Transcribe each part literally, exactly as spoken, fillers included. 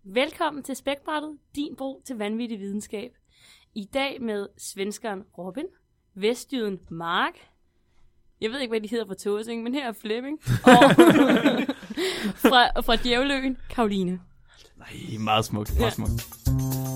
Velkommen til Spækbrættet, din bro til vanvittig videnskab. I dag med svenskeren Robin, vestjyden Mark, jeg ved ikke, hvad de hedder fra Tåsing, men her er Flemming, og fra, fra Djævløen, Karoline. Nej, meget smukt, meget smukt. Ja.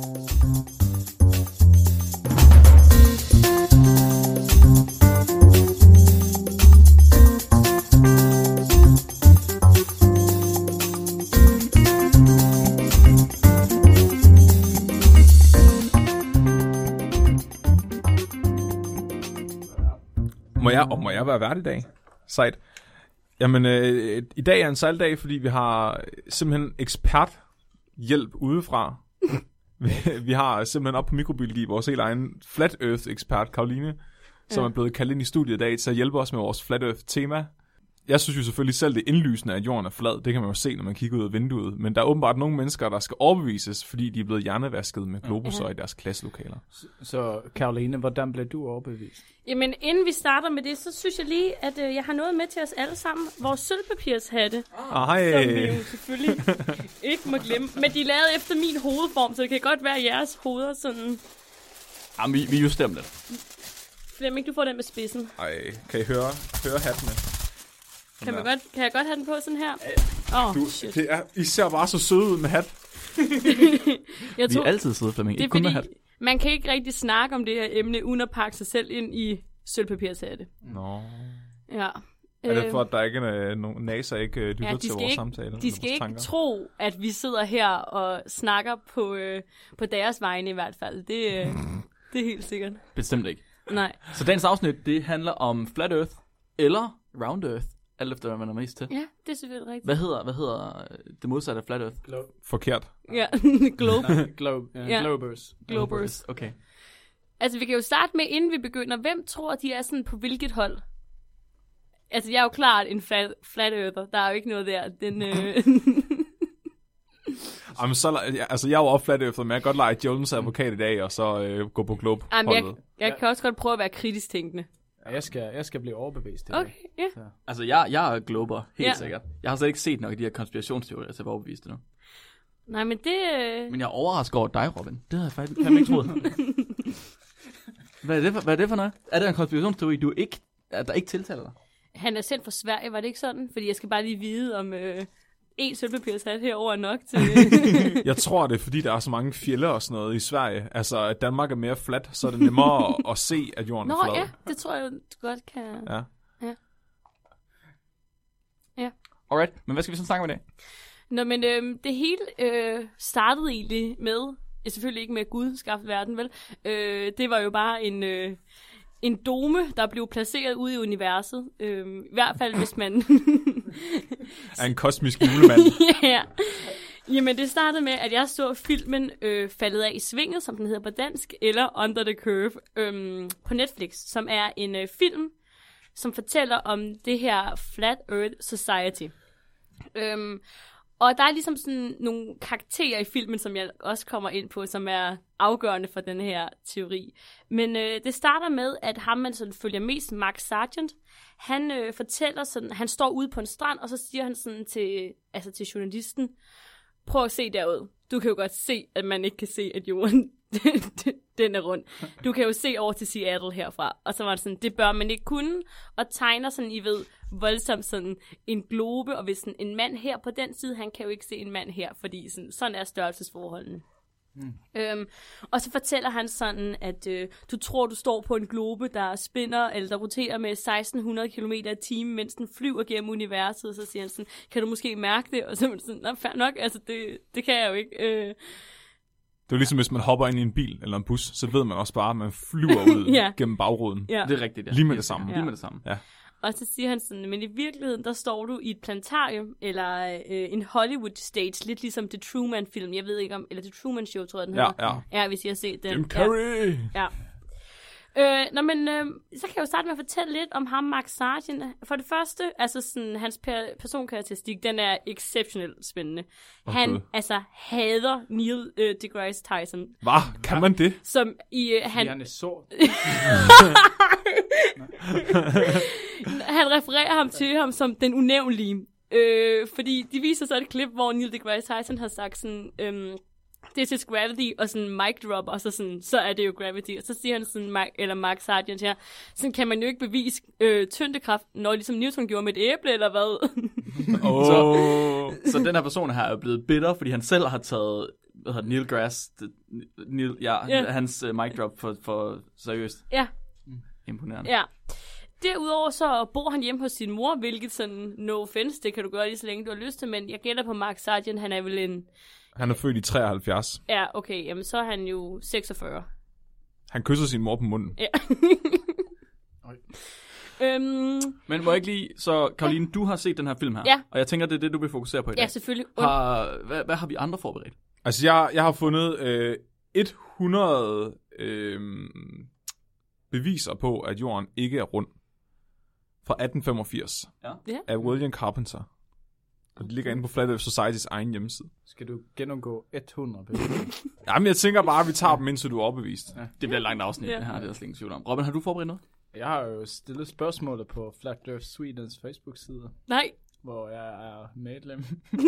Må jeg, og må jeg være vært i dag? Sejt. Jamen, øh, i dag er en sejldag, fordi vi har simpelthen eksperthjælp udefra. vi, vi har simpelthen op på mikrobiologi vores helt egen Flat Earth-ekspert, Karoline, som ja. er blevet kaldt ind i studiet i dag til at hjælpe os med vores Flat Earth-tema. Jeg synes jo selvfølgelig selv, det er indlysende, at jorden er flad. Det kan man jo se, når man kigger ud af vinduet. Men der er åbenbart nogle mennesker, der skal overbevises, fordi de er blevet hjernevasket med globusser ja. i deres klasselokaler. Så, så Karoline, hvordan blev du overbevist? Jamen, inden vi starter med det, så synes jeg lige, at øh, jeg har noget med til os alle sammen. Vores sølvpapirshatte, ah, hej. som vi jo selvfølgelig ikke må glemme. Men de er lavet efter min hovedform, så det kan godt være jeres hoveder sådan... Jamen, vi, vi justerer dem lidt. Flemming, du får den med spidsen. Ej, kan I høre, høre hattene? Kan, man godt, kan jeg godt have den på sådan her? Åh, oh, du, shit. Det er, I ser bare så søde ud med hat. jeg tror, vi er altid søde, Flemming. Det er fordi, man kan ikke rigtig snakke om det her emne, uden at pakke sig selv ind i sølvpapirshatte. Nå. Ja. Er det for, at der ikke er nogen NASA ikke lytter ja, til vores ikke, samtale? De skal ikke tro, at vi sidder her og snakker på, øh, på deres vegne i hvert fald. Det, øh, det er helt sikkert. Bestemt ikke. Nej. Så dagens afsnit, det handler om Flat Earth eller Round Earth. Alt efter, hvad man er mest til. Ja, det er selvfølgelig rigtigt. Hvad hedder, hvad hedder det modsatte af Flat Earth? Globe. Forkert. Ja, globe. Nej, globe. Ja. Ja. Globers. Globers. Okay. Altså, vi kan jo starte med, inden vi begynder. Hvem tror, de er sådan på hvilket hold? Altså, jeg er jo klart en flat, flat earther. Der er jo ikke noget der. Den, øh... Jamen, så, altså, jeg er jo også flat earther, men jeg kan godt lege Jones advokat i dag, og så øh, gå på globe. Jamen, jeg, jeg kan også godt prøve at være kritisk tænkende. Jeg skal, jeg skal blive overbevist. Okay, ja. Yeah. Altså, jeg, jeg er glober, helt ja. sikkert. Jeg har slet ikke set nok af de her konspirationsteorier til at være overbevist endnu. Nej, men det... Øh... Men jeg er overrasket over dig, Robin. Det havde jeg faktisk fandme ikke troet. hvad, er det for, hvad er det for noget? Er det en konspirationsteori, du ikke, der ikke tiltaler dig? Han er selv fra Sverige, var det ikke sådan? Fordi jeg skal bare lige vide, om øh, en sølvpapirshat herover er nok til... jeg tror, det er, fordi der er så mange fjelde og sådan noget i Sverige. Altså, at Danmark er mere flat, så er det nemmere at, at se, at jorden Nå, er flad. Nå ja, det tror jeg godt kan... Ja. Ja. Ja. Alright, men hvad skal vi så snakke om i dag? Nå, men øh, det hele øh, startede egentlig med... Ja, selvfølgelig ikke med Gud skabte verden, vel? Øh, det var jo bare en... Øh, En dome, der blev placeret ude i universet. Øhm, I hvert fald, hvis man... er en kosmisk julemand. ja. Jamen, det startede med, at jeg så filmen øh, Faldet af i svinget, som den hedder på dansk, eller Under the Curve, øhm, på Netflix, som er en øh, film, som fortæller om det her Flat Earth Society. Øhm, og der er ligesom sådan nogle karakterer i filmen, som jeg også kommer ind på, som er afgørende for den her teori. Men øh, det starter med, at ham, man sådan følger mest, Mark Sargent, han øh, fortæller sådan, han står ude på en strand, og så siger han sådan til, altså til journalisten, prøv at se derud. Du kan jo godt se, at man ikke kan se, at jorden, den er rund. Du kan jo se over til Seattle herfra. Og så var det sådan, det bør man ikke kunne. Og tegner sådan, I ved, voldsomt sådan en globe. Og hvis sådan en mand her på den side, han kan jo ikke se en mand her, fordi sådan, sådan er størrelsesforholdene. Mm. Øhm, og så fortæller han sådan, at øh, du tror, du står på en globe, der spinner, eller der roterer med seksten hundrede kilometer i timen, mens den flyver gennem universet. Og så siger han sådan, kan du måske mærke det? Og så er man sådan, nå, fair nok, altså det, det kan jeg jo ikke. Øh, Det er jo ligesom, hvis man hopper ind i en bil eller en bus, så ved man også bare, at man flyver ud ja. gennem bagruden. Ja. Det er rigtigt, ja. Lige med det samme. Ja. Lige med det samme. Ja. Og så siger han sådan, men i virkeligheden, der står du i et planetarium, eller øh, en Hollywood stage, lidt ligesom The Truman-film, jeg ved ikke om, eller The Truman Show, tror jeg, den ja, hedder. Ja, ja. hvis I har set den. Jim Carrey! Ja. ja. Øh, nå, men øh, så kan jeg jo starte med at fortælle lidt om ham, Mark Sargent. For det første, altså sådan, hans per- personkarakteristik, den er exceptionelt spændende. Okay. Han altså hader Neil øh, deGrasse Tyson. Hvad? Kan man det? Som i... Øh, han... han er sort. Han refererer ham til ham som den unævnlige. Øh, fordi de viser så et klip, hvor Neil deGrasse Tyson har sagt sådan, øhm, this is gravity, og sådan mic drop, og så sådan, så er det jo gravity. Og så siger han sådan, Mark, eller Mark Sargent her, sådan kan man jo ikke bevise øh, tyngdekraft, når ligesom Newton gjorde med et æble, eller hvad? Oh. så, så den her person her er blevet bitter, fordi han selv har taget hvad hedder Neil deGrasse, Neil, ja, yeah. hans uh, mic drop for, for seriøst. Ja. Imponerende. Ja. Derudover så bor han hjemme hos sin mor, hvilket sådan, no offense, det kan du gøre lige så længe du har lyst til, men jeg gætter på Mark Sargent, han er vel en... Han er født i treoghalvfjerds. Ja, okay, jamen så er han jo seksogfyrre. Han kysser sin mor på munden. Ja. øhm, men må jeg ikke lige, så Karoline, ja. du har set den her film her, ja. og jeg tænker, det er det, du vil fokusere på i dag. Ja, selvfølgelig. Har, hvad, hvad har vi andre forberedt? Altså, jeg, jeg har fundet øh, hundrede øh, beviser på, at jorden ikke er rund. Fra atten femogfirs. Ja. Af William Carpenter. Og det ligger inde på Flat Earth Societys egen hjemmeside. Skal du gennemgå hundrede beviser? Jamen, jeg tænker bare, at vi tager dem, indtil du er overbevist. Ja. Det bliver et langt afsnit, ja. det her, det er der slet ingen tvivl om. Robin, har du forberedt noget? Jeg har jo stillet spørgsmålet på Flat Earth Swedens Facebook-side. Nej. Hvor jeg er medlem.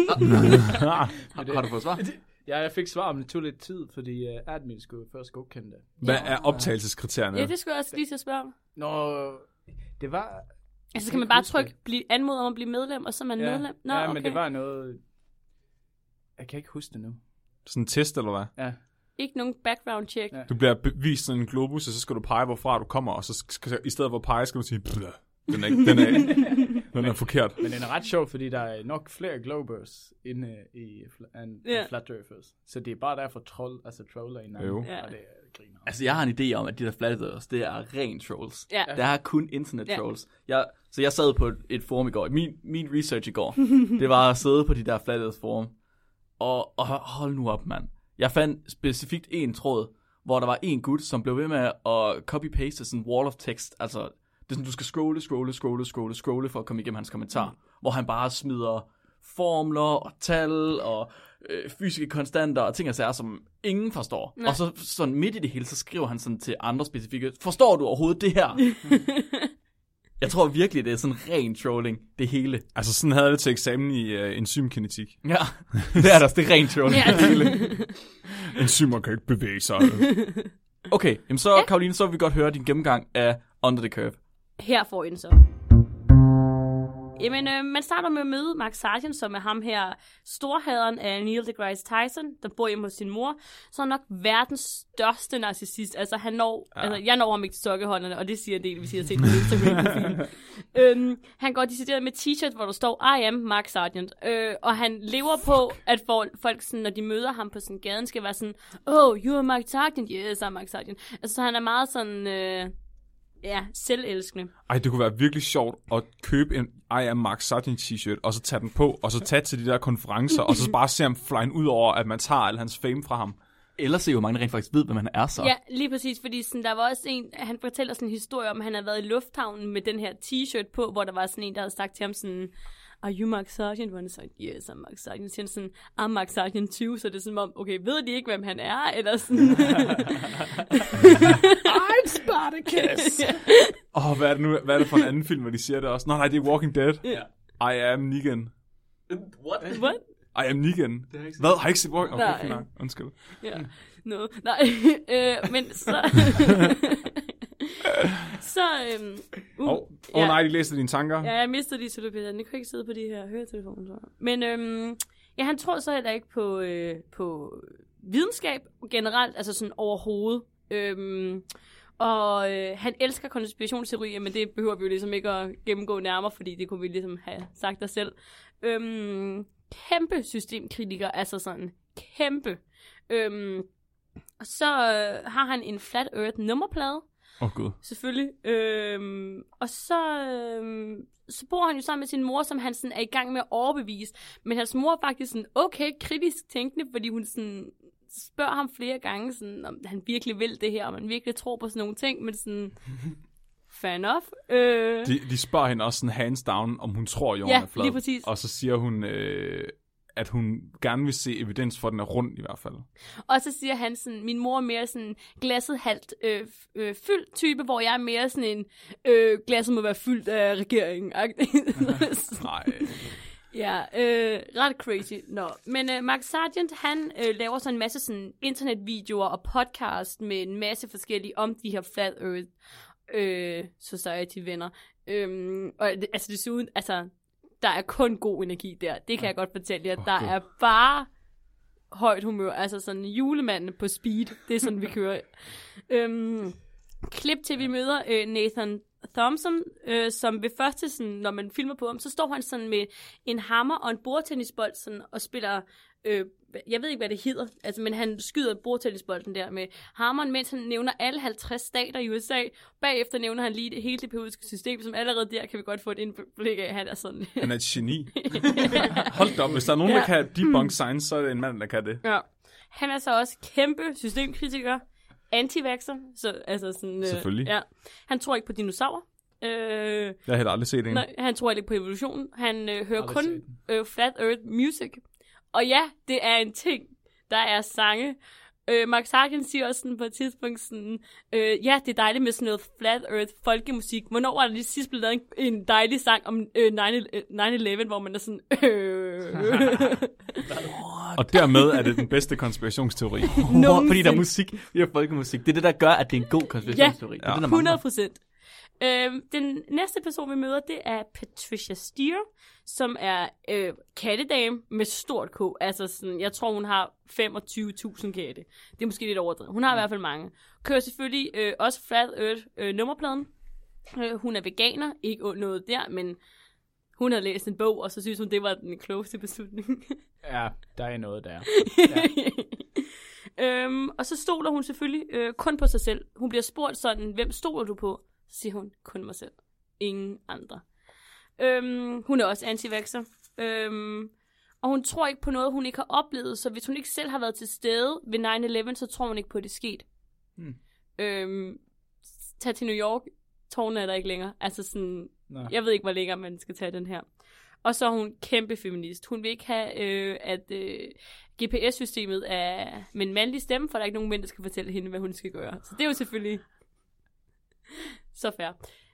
har, har du fået svar? Ja, jeg fik svar, men det tog lidt tid, fordi uh, admin skulle først godkende det. Hvad er optagelseskriterierne? Ja, det skulle jeg også lige til at spørge om. Nå, det var... Altså kan man bare trykke, blive anmodet om at blive medlem, og så er man ja. medlem? Nå, ja, okay. men det var noget... Jeg kan ikke huske det nu. Sådan en test, eller hvad? Ja. Ikke nogen background check. Ja. Du bliver vist sådan en globus, og så skal du pege, hvorfra du kommer, og så skal, i stedet for at pege, skal du sige, den er, ikke, den er, den er forkert. Men den er ret sjov, fordi der er nok flere globers inde i en yeah. Flat Earthers. Så det er bare derfor troll, altså troller hinanden. Jo. Ja. Og det griner. Altså, jeg har en idé om, at de der Flat Earthers, det er ren trolls. Ja. Der er kun internet trolls. Ja. Jeg, så jeg sad på et, et forum i går. Min, min research i går, det var at sidde på de der Flat Earthers forum. Og, og hold nu op, mand. Jeg fandt specifikt en tråd, hvor der var en gut, som blev ved med at copy-paste sådan en wall of text. Altså, det er sådan, du skal scrolle, scrolle, scrolle, scrolle, scrolle for at komme igennem hans kommentar. Mm. Hvor han bare smider formler og tal og øh, fysiske konstanter og ting og sager, som ingen forstår. Nej. Og så sådan midt i det hele, så skriver han sådan til andre specifikke, forstår du overhovedet det her? Jeg tror virkelig, det er sådan ren trolling, det hele. Altså sådan havde det til eksamen i uh, enzymkinetik. Ja, det er der, det er ren trolling, ja. det hele. Enzymer kan ikke bevæge sig. Okay, jamen så, ja. Karoline, så vil vi godt høre din gennemgang af Under the Curve. Her får I den så. Jamen, øh, man starter med at møde Mark Sargent, som er ham her, storhaderen af Neil deGrasse Tyson, der bor hjemme hos sin mor. Så er han nok verdens største narcissist. Altså, han når, ja. altså, jeg når ham ikke til sokkehånderne, og det siger en del, hvis I har set på Instagram-profilen. øhm, han går decideret med t-shirt, hvor der står, I am Mark Sargent. Øh, og han lever på, at folk, sådan, når de møder ham på sådan gaden, skal være sådan, oh, you are Mark Sargent? Yes, I'm Mark Sargent. Altså, så han er meget sådan... Øh, Ja, selvelskende. Ej, det kunne være virkelig sjovt at købe en I am Mark Sargent t-shirt, og så tage den på, og så tage til de der konferencer, og så bare se ham flyne ud over, at man tager al hans fame fra ham. Eller se, hvor mange rent faktisk ved, hvad man er så. Ja, lige præcis, fordi sådan, der var også en, han fortæller sådan en historie om, at han havde været i lufthavnen med den her t-shirt på, hvor der var sådan en, der havde sagt til ham sådan, are you Mark Sargent? Hvor han sagde, yes, I'm Mark Sargent. Så siger han sådan, I'm Mark Sargent tyve, så det er sådan om, okay, ved de ikke, hvem han er? Eller sådan. I'm Spartacus! Åh, oh, hvad er det nu? Hvad er det for en anden film, hvor de siger det også? Nå, nej, det er Walking Dead. Yeah. I am Negan. What? What? I am Negan. Hvad? Har jeg ikke set Walking Dead? Okay, nej. Undskyld. Ja, no. Nej, øh, men så... så, øhm... Åh, uh, oh, oh, ja. Nej, de læste dine tanker. Ja, jeg mistede de telefoner. Jeg kunne ikke sidde på de her høretelefoner. Men øhm, ja, han tror så heller ikke på, øh, på videnskab generelt, altså sådan overhovedet. Øhm, og øh, han elsker konspirationsteorier, men det behøver vi jo ligesom ikke at gennemgå nærmere, fordi det kunne vi ligesom have sagt os selv. Øhm, kæmpe systemkritiker, altså sådan kæmpe. Øhm, og så øh, har han en Flat Earth nummerplade. Åh oh, gud. Selvfølgelig. Øhm, og så, øhm, så bor han jo sammen med sin mor, som han sådan er i gang med at overbevise. Men hans mor er faktisk sådan okay kritisk tænkende, fordi hun sådan spørger ham flere gange, sådan, om han virkelig vil det her, om han virkelig tror på sådan nogle ting, men sådan, fair enough. Øh, de, de spørger hende også sådan hands down, om hun tror, jorden ja, er flad. Lige præcis. Og så siger hun, øh, at hun gerne vil se evidens for, at den er rund i hvert fald. Og så siger han sådan, min mor er mere sådan glasset halvt øh, øh, fyldt type, hvor jeg er mere sådan en, øh, glasset må være fyldt af regeringen. Nej. Ja, øh, ret crazy. Nå, men øh, Mark Sargent, han øh, laver så en masse sådan internetvideoer og podcast med en masse forskellige om de her Flat Earth øh, Society-venner. Øhm, og det, altså desuden, altså, der er kun god energi der. Det kan jeg godt fortælle jer. Der er bare højt humør. Altså sådan julemanden på speed. Det er sådan, vi kører. Øhm, klip til, vi møder øh, Nathan Thompson, øh, som ved første, sådan, når man filmer på ham, så står han sådan med en hammer og en bordtennisbold sådan, og spiller, øh, jeg ved ikke, hvad det hedder, altså, men han skyder bordtennisbolden der med hammeren, mens han nævner alle halvtreds stater i U S A. Bagefter nævner han lige det hele det periodiske system, som allerede der kan vi godt få et indblik af, han er sådan. Han er et geni. Hold da op, hvis der er nogen, ja. der kan debunk science, så er det en mand, der kan det. Ja. Han er så også kæmpe systemkritiker. Anti-vaxxer, så altså sådan... Selvfølgelig. Øh, ja. Han tror ikke på dinosaurer. Øh, jeg har heller aldrig set en. Nej, han tror ikke på evolutionen. Han øh, hører kun øh, Flat Earth Music. Og ja, det er en ting. Der er sange. Øh, Mark Sargent siger også sådan på et tidspunkt sådan, øh, ja, det er dejligt med sådan noget Flat Earth folkemusik. Hvornår var der lige sidst blevet lavet en, en dejlig sang om øh, nine eleven, hvor man er sådan... Øh, og dermed er det den bedste konspirationsteori. Fordi der er musik, vi har folkemusik. Det er det, der gør, at det er en god konspirationsteori. Ja, det er det, hundrede procent. Øhm, den næste person, vi møder, det er Patricia Steer, som er øh, kattedame med stort K. Altså sådan, jeg tror, hun har femogtyve tusind katte. Det er måske lidt overdrevet. Hun har i hvert fald mange. Kører selvfølgelig øh, også Flat Earth øh, nummerpladen. Øh, hun er veganer, ikke noget der, men hun har læst en bog, og så synes hun, det var den klogeste beslutning. Ja, der er noget der. Ja. øhm, og så stoler hun selvfølgelig øh, kun på sig selv. Hun bliver spurgt sådan, hvem stoler du på? Så siger hun, kun mig selv. Ingen andre. Øhm, hun er også anti-vaxxer. Øhm, og hun tror ikke på noget, hun ikke har oplevet. Så hvis hun ikke selv har været til stede ved nine eleven, så tror hun ikke på, at det er sket. Hmm. Øhm, tag til New York. Tårne er der ikke længere. Altså sådan, Nå. Jeg ved ikke, hvor længere man skal tage den her. Og så er hun kæmpe feminist. Hun vil ikke have, øh, at øh, G P S-systemet er med en mandlig stemme, for der er ikke nogen mænd, der skal fortælle hende, hvad hun skal gøre. Så det er jo selvfølgelig så fair.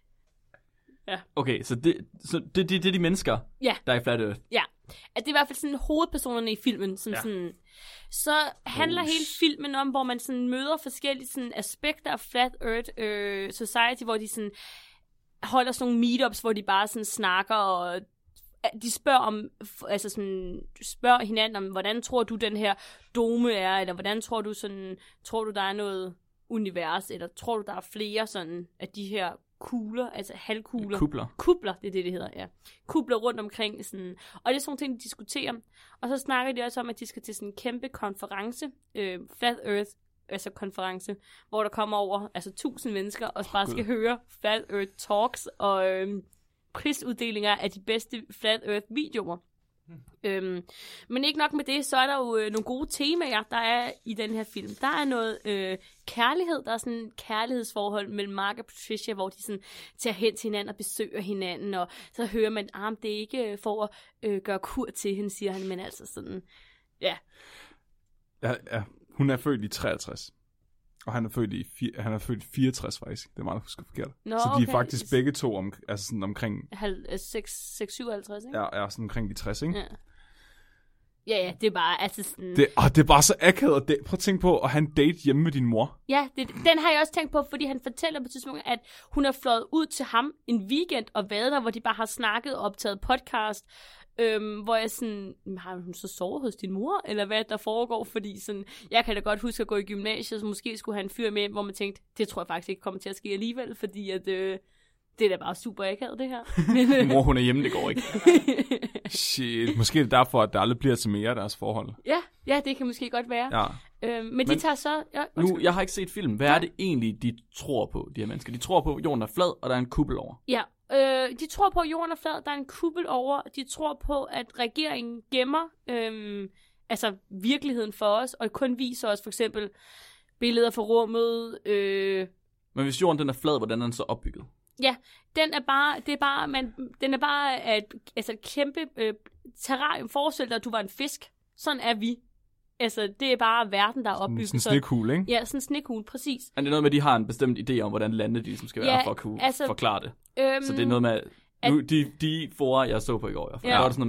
Ja. Okay, så det, så det, det, det er de mennesker, ja. der er i Flat Earth. Ja, at det er i hvert fald sådan hovedpersonerne i filmen. Som ja. Sådan, så handler oh. hele filmen om, hvor man sådan møder forskellige sådan aspekter af Flat Earth øh, Society, hvor de sådan holder sådan nogle meetups, hvor de bare sådan snakker, og de spørger om, altså sådan, spørger hinanden om, hvordan tror du den her dome er, eller hvordan tror du sådan, tror du der er noget univers, eller tror du der er flere sådan af de her kugler, altså halvkugler. Kubler. Kubler, det er det, det hedder, ja. Kubler rundt omkring, sådan, og det er sådan nogle ting, de diskuterer. Og så snakker de også om, at de skal til sådan en kæmpe konference, øh, Flat Earth, altså konference, hvor der kommer over, altså tusind mennesker, og bare skal høre Flat Earth Talks, og øh, prisuddelinger af de bedste Flat Earth videoer. Hmm. Øhm, men ikke nok med det, så er der jo øh, nogle gode temaer, der er i den her film. Der er noget øh, kærlighed, der er sådan et kærlighedsforhold mellem Mark og Patricia, hvor de sådan tager hen til hinanden og besøger hinanden, og så hører man, at ah, det er ikke for at øh, gøre kur til hende, siger han, men altså sådan, ja. Ja, ja. Hun er født i treogtres. Og han er født i fi- han er født i fireogtres faktisk. Det er meget, husker forkert. Nå, så de okay. er faktisk begge to om, altså sådan omkring seks syvoghalvtreds, ikke? Ja, ja, sådan omkring de tres, ikke? Ja. Ja, ja, det er bare, altså sådan... Det, åh, det er bare så akavet. Og det, prøv at tænke på at have en date hjemme med din mor. Ja, det, den har jeg også tænkt på, fordi han fortæller på et tidspunkt, at hun har fløjet ud til ham en weekend og været der, hvor de bare har snakket og optaget podcast. Øhm, hvor jeg sådan, har hun så sovet hos din mor, eller hvad der foregår, fordi sådan, jeg kan da godt huske at gå i gymnasiet, så måske skulle have en fyr med, hvor man tænkte, det tror jeg faktisk ikke kommer til at ske alligevel, fordi at, øh, det er da bare super akavet, det her. Mor, hun er hjemme, det går ikke. Shit, måske er det derfor, at der aldrig bliver til mere af deres forhold. Ja, ja, det kan måske godt være. Ja. Øhm, men, men de tager så... Ja, nu, jeg har ikke set film. Hvad ja. er det egentlig, de tror på, de her mennesker? De tror på, at jorden er flad, og der er en kuppel over. Ja, øh, de tror på, at jorden er flad, der er en kuppel over. De tror på, at regeringen gemmer øh, altså virkeligheden for os, og kun viser os for eksempel billeder fra rummet. Øh. Men hvis jorden den er flad, hvordan er den så opbygget? Ja, den er bare, det er bare, man, den er bare at, altså et kæmpe øh, terrarium. Forestil dig, at du var en fisk. Sådan er vi. Altså, det er bare verden, der er opbygget. Sådan en snekugle, ikke? Ja, sådan en snekugle, præcis. Er det noget med, at de har en bestemt idé om, hvordan landet de ligesom skal være, ja, for at kunne altså, forklare det? Øhm, så det er noget med, nu, de, de forer, jeg så på i går, jeg, ja. der var det sådan noget med,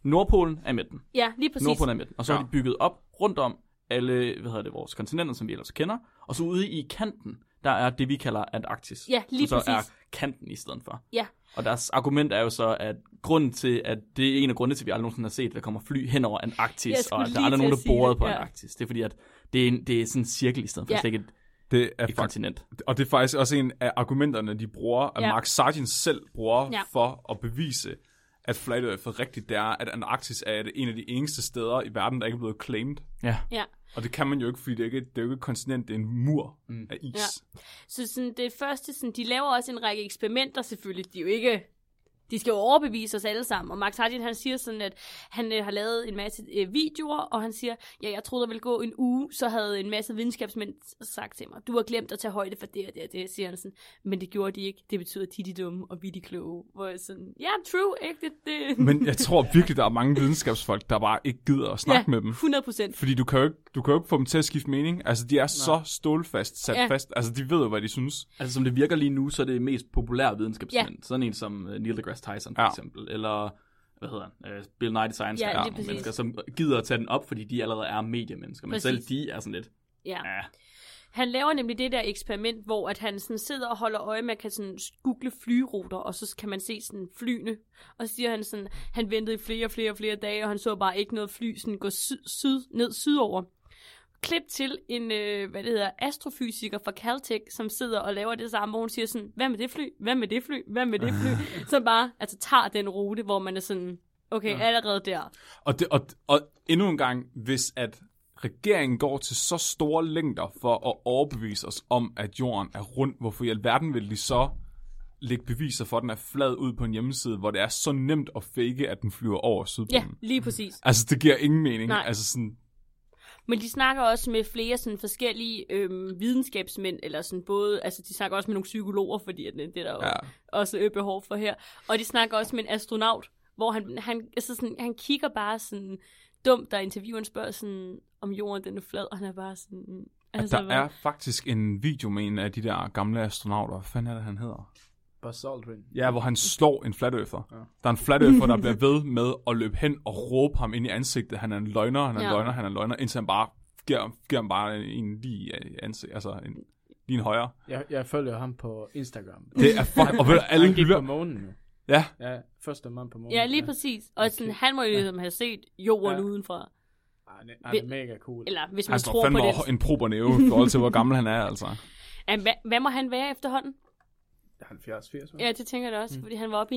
Nordpolen er i midten. Ja, lige præcis. Nordpolen er i midten. Og så ja. har Ja. de bygget op rundt om alle, hvad hedder det, vores kontinenter, som vi ellers kender. Og så ude i kanten, der er det, vi kalder Antarktis. Ja, lige som så præcis. er kanten i stedet for. Ja. Og deres argument er jo så, at grunden til, at det er en af grundene til, at vi aldrig nogensinde har set, at der kommer fly hen over Antarktis, og at der er aldrig nogen, der borede på ja. Antarktis. Det er fordi, at det er, en, det er sådan en cirkel i stedet for, ja. ikke et, Det er et fakt- kontinent. Og det er faktisk også en af argumenterne, de bruger, at Ja. Mark Sargent selv bruger Ja. for at bevise, at Flat Earth er rigtigt. Det er, at Antarktis er en af de eneste steder i verden, der ikke er blevet claimed. Ja. Ja. Og det kan man jo ikke, fordi det er ikke, det er jo ikke et kontinent, det er en mur mm. af is. Ja. Så sådan, det første, sådan, de laver også en række eksperimenter selvfølgelig. De er jo ikke... De skal jo overbevise os alle sammen. Og Mark Sargent, han siger sådan, at han øh, har lavet en masse øh, videoer, og han siger, ja, jeg troede, der ville gå en uge, så havde en masse videnskabsmænd sagt til mig, du har glemt at tage højde for det og det og det, siger han sådan. Men det gjorde de ikke. Det betyder, at de er de dumme, og vi er de kloge. Hvor jeg sådan, ja, yeah, true, ikke? Det, det. Men jeg tror virkelig, der er mange videnskabsfolk, der bare ikke gider at snakke ja, med dem. hundrede procent. Fordi du kan, jo ikke, du kan jo ikke få dem til at skifte mening. Altså, de er Nej. så stålfast sat Ja. fast. Altså, de ved jo, hvad de synes. Altså, som det virker lige nu, så er det mest populære videnskabsmænd. Ja. Sådan en som uh, Neil deGrasse Tyson, for Ja. eksempel. Eller, hvad hedder han? Uh, Bill Nye the Science Ja, Guy. lige Nogle præcis. mennesker, som gider at tage den op, fordi de allerede er mediemennesker. Men Præcis. selv de er sådan lidt, Ja. ja. Han laver nemlig det der eksperiment, hvor at han sådan sidder og holder øje med, at kan sådan google flyruter, og så kan man se sådan flyene. Og så siger han sådan, han ventede i flere og flere og flere dage, og han så bare ikke noget fly sådan gå syd, syd, ned sydover. Klip til en, øh, hvad det hedder, astrofysiker fra Caltech, som sidder og laver det samme, hvor hun siger sådan, hvad med det fly? Hvad med det fly? Hvad med det fly? Så bare, altså tager den rute, hvor man er sådan, okay, ja. allerede der. Og, det, og, og endnu en gang, hvis at regeringen går til så store længder for at overbevise os om, at jorden er rund, hvorfor i alverden vil de så lægge beviser for, at den er flad ud på en hjemmeside, hvor det er så nemt at fake, at den flyver over Sydpolen? Ja, lige præcis. Altså, det giver ingen mening. Nej. Altså sådan... Men de snakker også med flere sådan forskellige øhm, videnskabsmænd, eller sådan både, altså de snakker også med nogle psykologer, fordi det, det er der jo Ja. også øh, behov for her. Og de snakker også med en astronaut, hvor han, han, altså sådan, han kigger bare sådan dumt, der intervieweren spørger sådan, om jorden den er flad, og han er bare sådan... Altså, At der er faktisk en video med en af de der gamle astronauter. Hvad fanden er det, han hedder? Buzz Aldrin. Ja, hvor han slår en flat earther. Ja. Der er en flat earther, der bliver ved med at løbe hen og råbe ham ind i ansigtet. Han er en løgner, han er en Ja. løgner, han er en løgner, indtil han bare giver, giver ham bare en lige i ansigt, altså en, lige en højre. Jeg, jeg følger ham på Instagram. Det er fucking... Og ved du, alle Han gik hylder... på månen nu. Ja, Ja, første mand på månen. Ja, lige præcis. Og sådan, Okay. han må jo ligesom have set jorden Ja. udenfra. Han er, han er mega cool. Eller hvis man han tror står på fandme det. over en prober næve i forhold til, hvor gammel han er, altså. Ja, hvad, hvad må han være efterhånden? halvfjerds firs. Ja, det tænker jeg da også, mm. fordi han var oppe i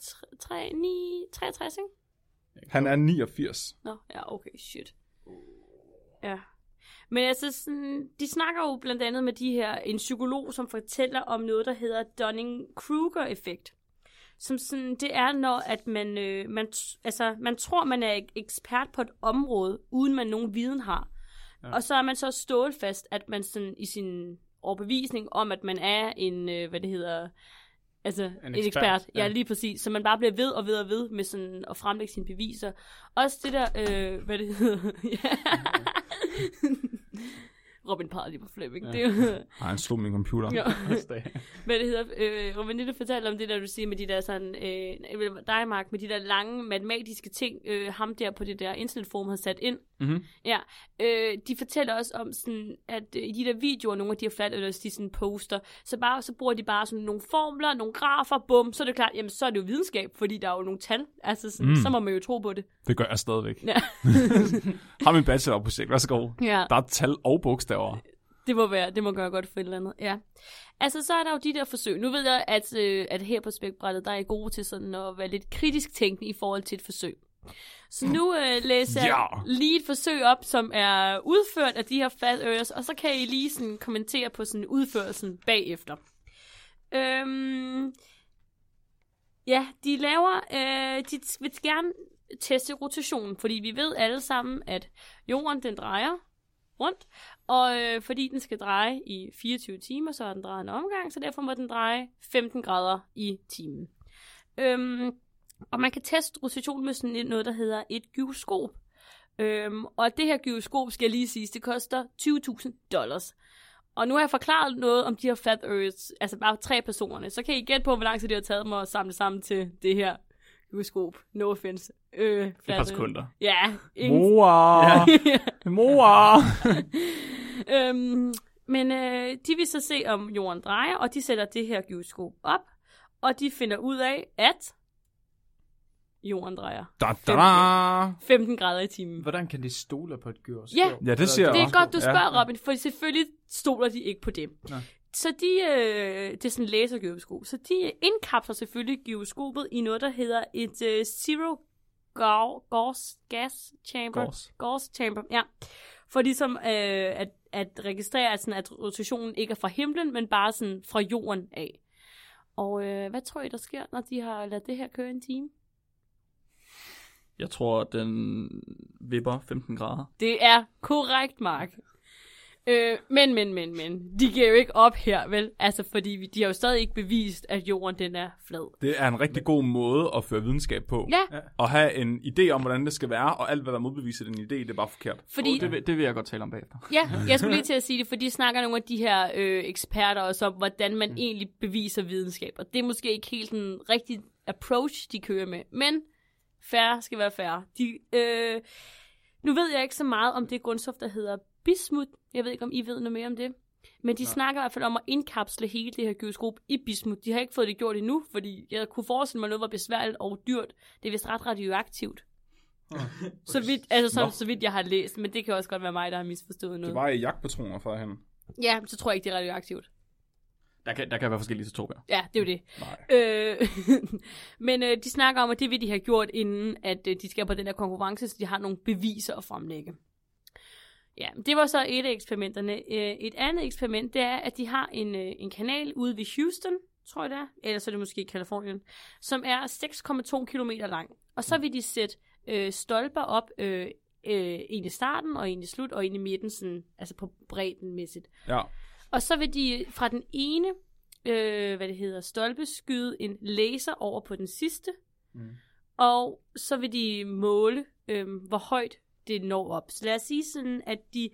niogtres, ikke? Han er niogfirs. Nå, ja, okay, shit. Ja. Men altså, sådan, de snakker jo blandt andet med de her, en psykolog, som fortæller om noget, der hedder Dunning-Kruger-effekt. Som sådan, det er, når at man, øh, man, t- altså, man tror, man er ekspert på et område, uden man nogen viden har. Ja. Og så er man så stålfast, at man sådan, i sin overbevisning om, at man er en, øh, hvad det hedder... Altså, en, en ekspert. ekspert. Ja, ja, lige præcis. Så man bare bliver ved og ved og ved med sådan at fremlægge sine beviser. Også det der, øh, hvad det hedder... Robin pegede lige på Flemming. Ja. Det er jo... Nej, han slog min computer. Ja. Hvad det hedder, øh, Robin, det du fortalte om det der, du siger med de der sådan, øh, dig, Mark, med de der lange matematiske ting, øh, ham der på det der internetforum har sat ind. Mm-hmm. Ja, øh, de fortæller også om sådan, at øh, i de der videoer, nogle af de her flat earthers, de sådan poster, så, bare, så bruger de bare sådan nogle formler, nogle grafer, bum, så er det klart, jamen så er det jo videnskab, fordi der er jo nogle tal, altså sådan, mm. så må man jo tro på det. Det gør jeg stadigvæk. Ja. Har min bachelorprojekt, værsgo. Ja. Der er tal og bogstaver. Det må være, det må gøre godt for et eller andet, ja. Altså, så er der jo de der forsøg. Nu ved jeg, at, øh, at her på Spækbrættet, der er I gode til sådan at være lidt kritisk tænkende i forhold til et forsøg. Så nu øh, læser jeg Ja. lige et forsøg op, som er udført af de her flat earthers, og så kan I lige sådan kommentere på sådan udførelsen bagefter. Øhm, ja, de laver, øh, de vil gerne teste rotationen, fordi vi ved alle sammen, at jorden den drejer rundt, og øh, fordi den skal dreje i fireogtyve timer, så er den drejet en omgang, så derfor må den dreje femten grader i timen. Øhm, og man kan teste rotationen med sådan noget, der hedder et gyroskop. Øhm, og det her gyroskop, skal jeg lige sige, det koster tyve tusind dollars. Og nu har jeg forklaret noget om de her flat earths, altså bare tre personerne, så kan I gætte på, hvor lang tid det har taget mig at samle sammen til det her gyroskop. No offense. Øh, Et par sekunder. Ja. Ingen... Mor! Ja. Mor! øhm, men øh, de vil så se, om jorden drejer, og de sætter det her gyroskop op, og de finder ud af, at jorden drejer Da, da, da. femten grader i timen. Hvordan kan de stole på et gyroskop? Ja, Ja, det siger det er også. godt, du spørger, Ja. Robin, for selvfølgelig stoler de ikke på dem. Nej. Så de, øh, det er sådan en lasergyroskop, så de indkapsler selvfølgelig gyroskopet i noget, der hedder et øh, zero gauss gas chamber. Gauss. Gauss chamber, ja. For ligesom øh, at, at registrere, at, sådan, at rotationen ikke er fra himlen, men bare sådan fra jorden af. Og øh, hvad tror I, der sker, når de har ladet det her køre en time? Jeg tror, den vipper femten grader. Det er korrekt, Mark. Øh, men, men, men, men. De giver jo ikke op her, vel? Altså, fordi vi, de har jo stadig ikke bevist, at jorden den er flad. Det er en rigtig god måde at føre videnskab på. Ja, At have en idé om, hvordan det skal være, og alt, hvad der modbeviser den idé, det er bare forkert. fordi... Oh, det, vil, det vil jeg godt tale om bagefter. Ja, jeg skulle lige til at sige det, for de snakker nogle af de her øh, eksperter også om, hvordan man mm. egentlig beviser videnskab. Og det er måske ikke helt en rigtig approach, de kører med. Men fair skal være fair. De, øh, nu ved jeg ikke så meget om det grundstof, der hedder bismut. Jeg ved ikke, om I ved noget mere om det. Men de Nej. snakker i hvert fald om at indkapsle hele det her gyroskop i bismut. De har ikke fået det gjort endnu, fordi jeg kunne forestille mig, noget var besværligt og dyrt. Det er vist ret radioaktivt. Oh. så, vidt, altså, så, så vidt jeg har læst, men det kan også godt være mig, der har misforstået noget. Det var i jagtpatroner førhen. Ja, så tror jeg ikke, det er radioaktivt. Der kan, der kan være forskellige isotoper. Ja, det er jo det. Nej. Øh, men øh, de snakker om, at det vil de have gjort, inden at øh, de skal på den her konkurrence, så de har nogle beviser at fremlægge. Ja, det var så et af eksperimenterne. Øh, et andet eksperiment, det er, at de har en, øh, en kanal ude ved Houston, tror jeg det er, eller så er det måske i Californien, som er seks komma to kilometer lang. Og så vil de sætte øh, stolper op, øh, øh, en i starten, og en i slut, og en i midten, sådan, altså på breddenmæssigt. Ja. Og så vil de fra den ene, øh, hvad det hedder, stolpe skyde en laser over på den sidste, mm. og så vil de måle, øh, hvor højt det når op. Så lad os sige sådan, at de,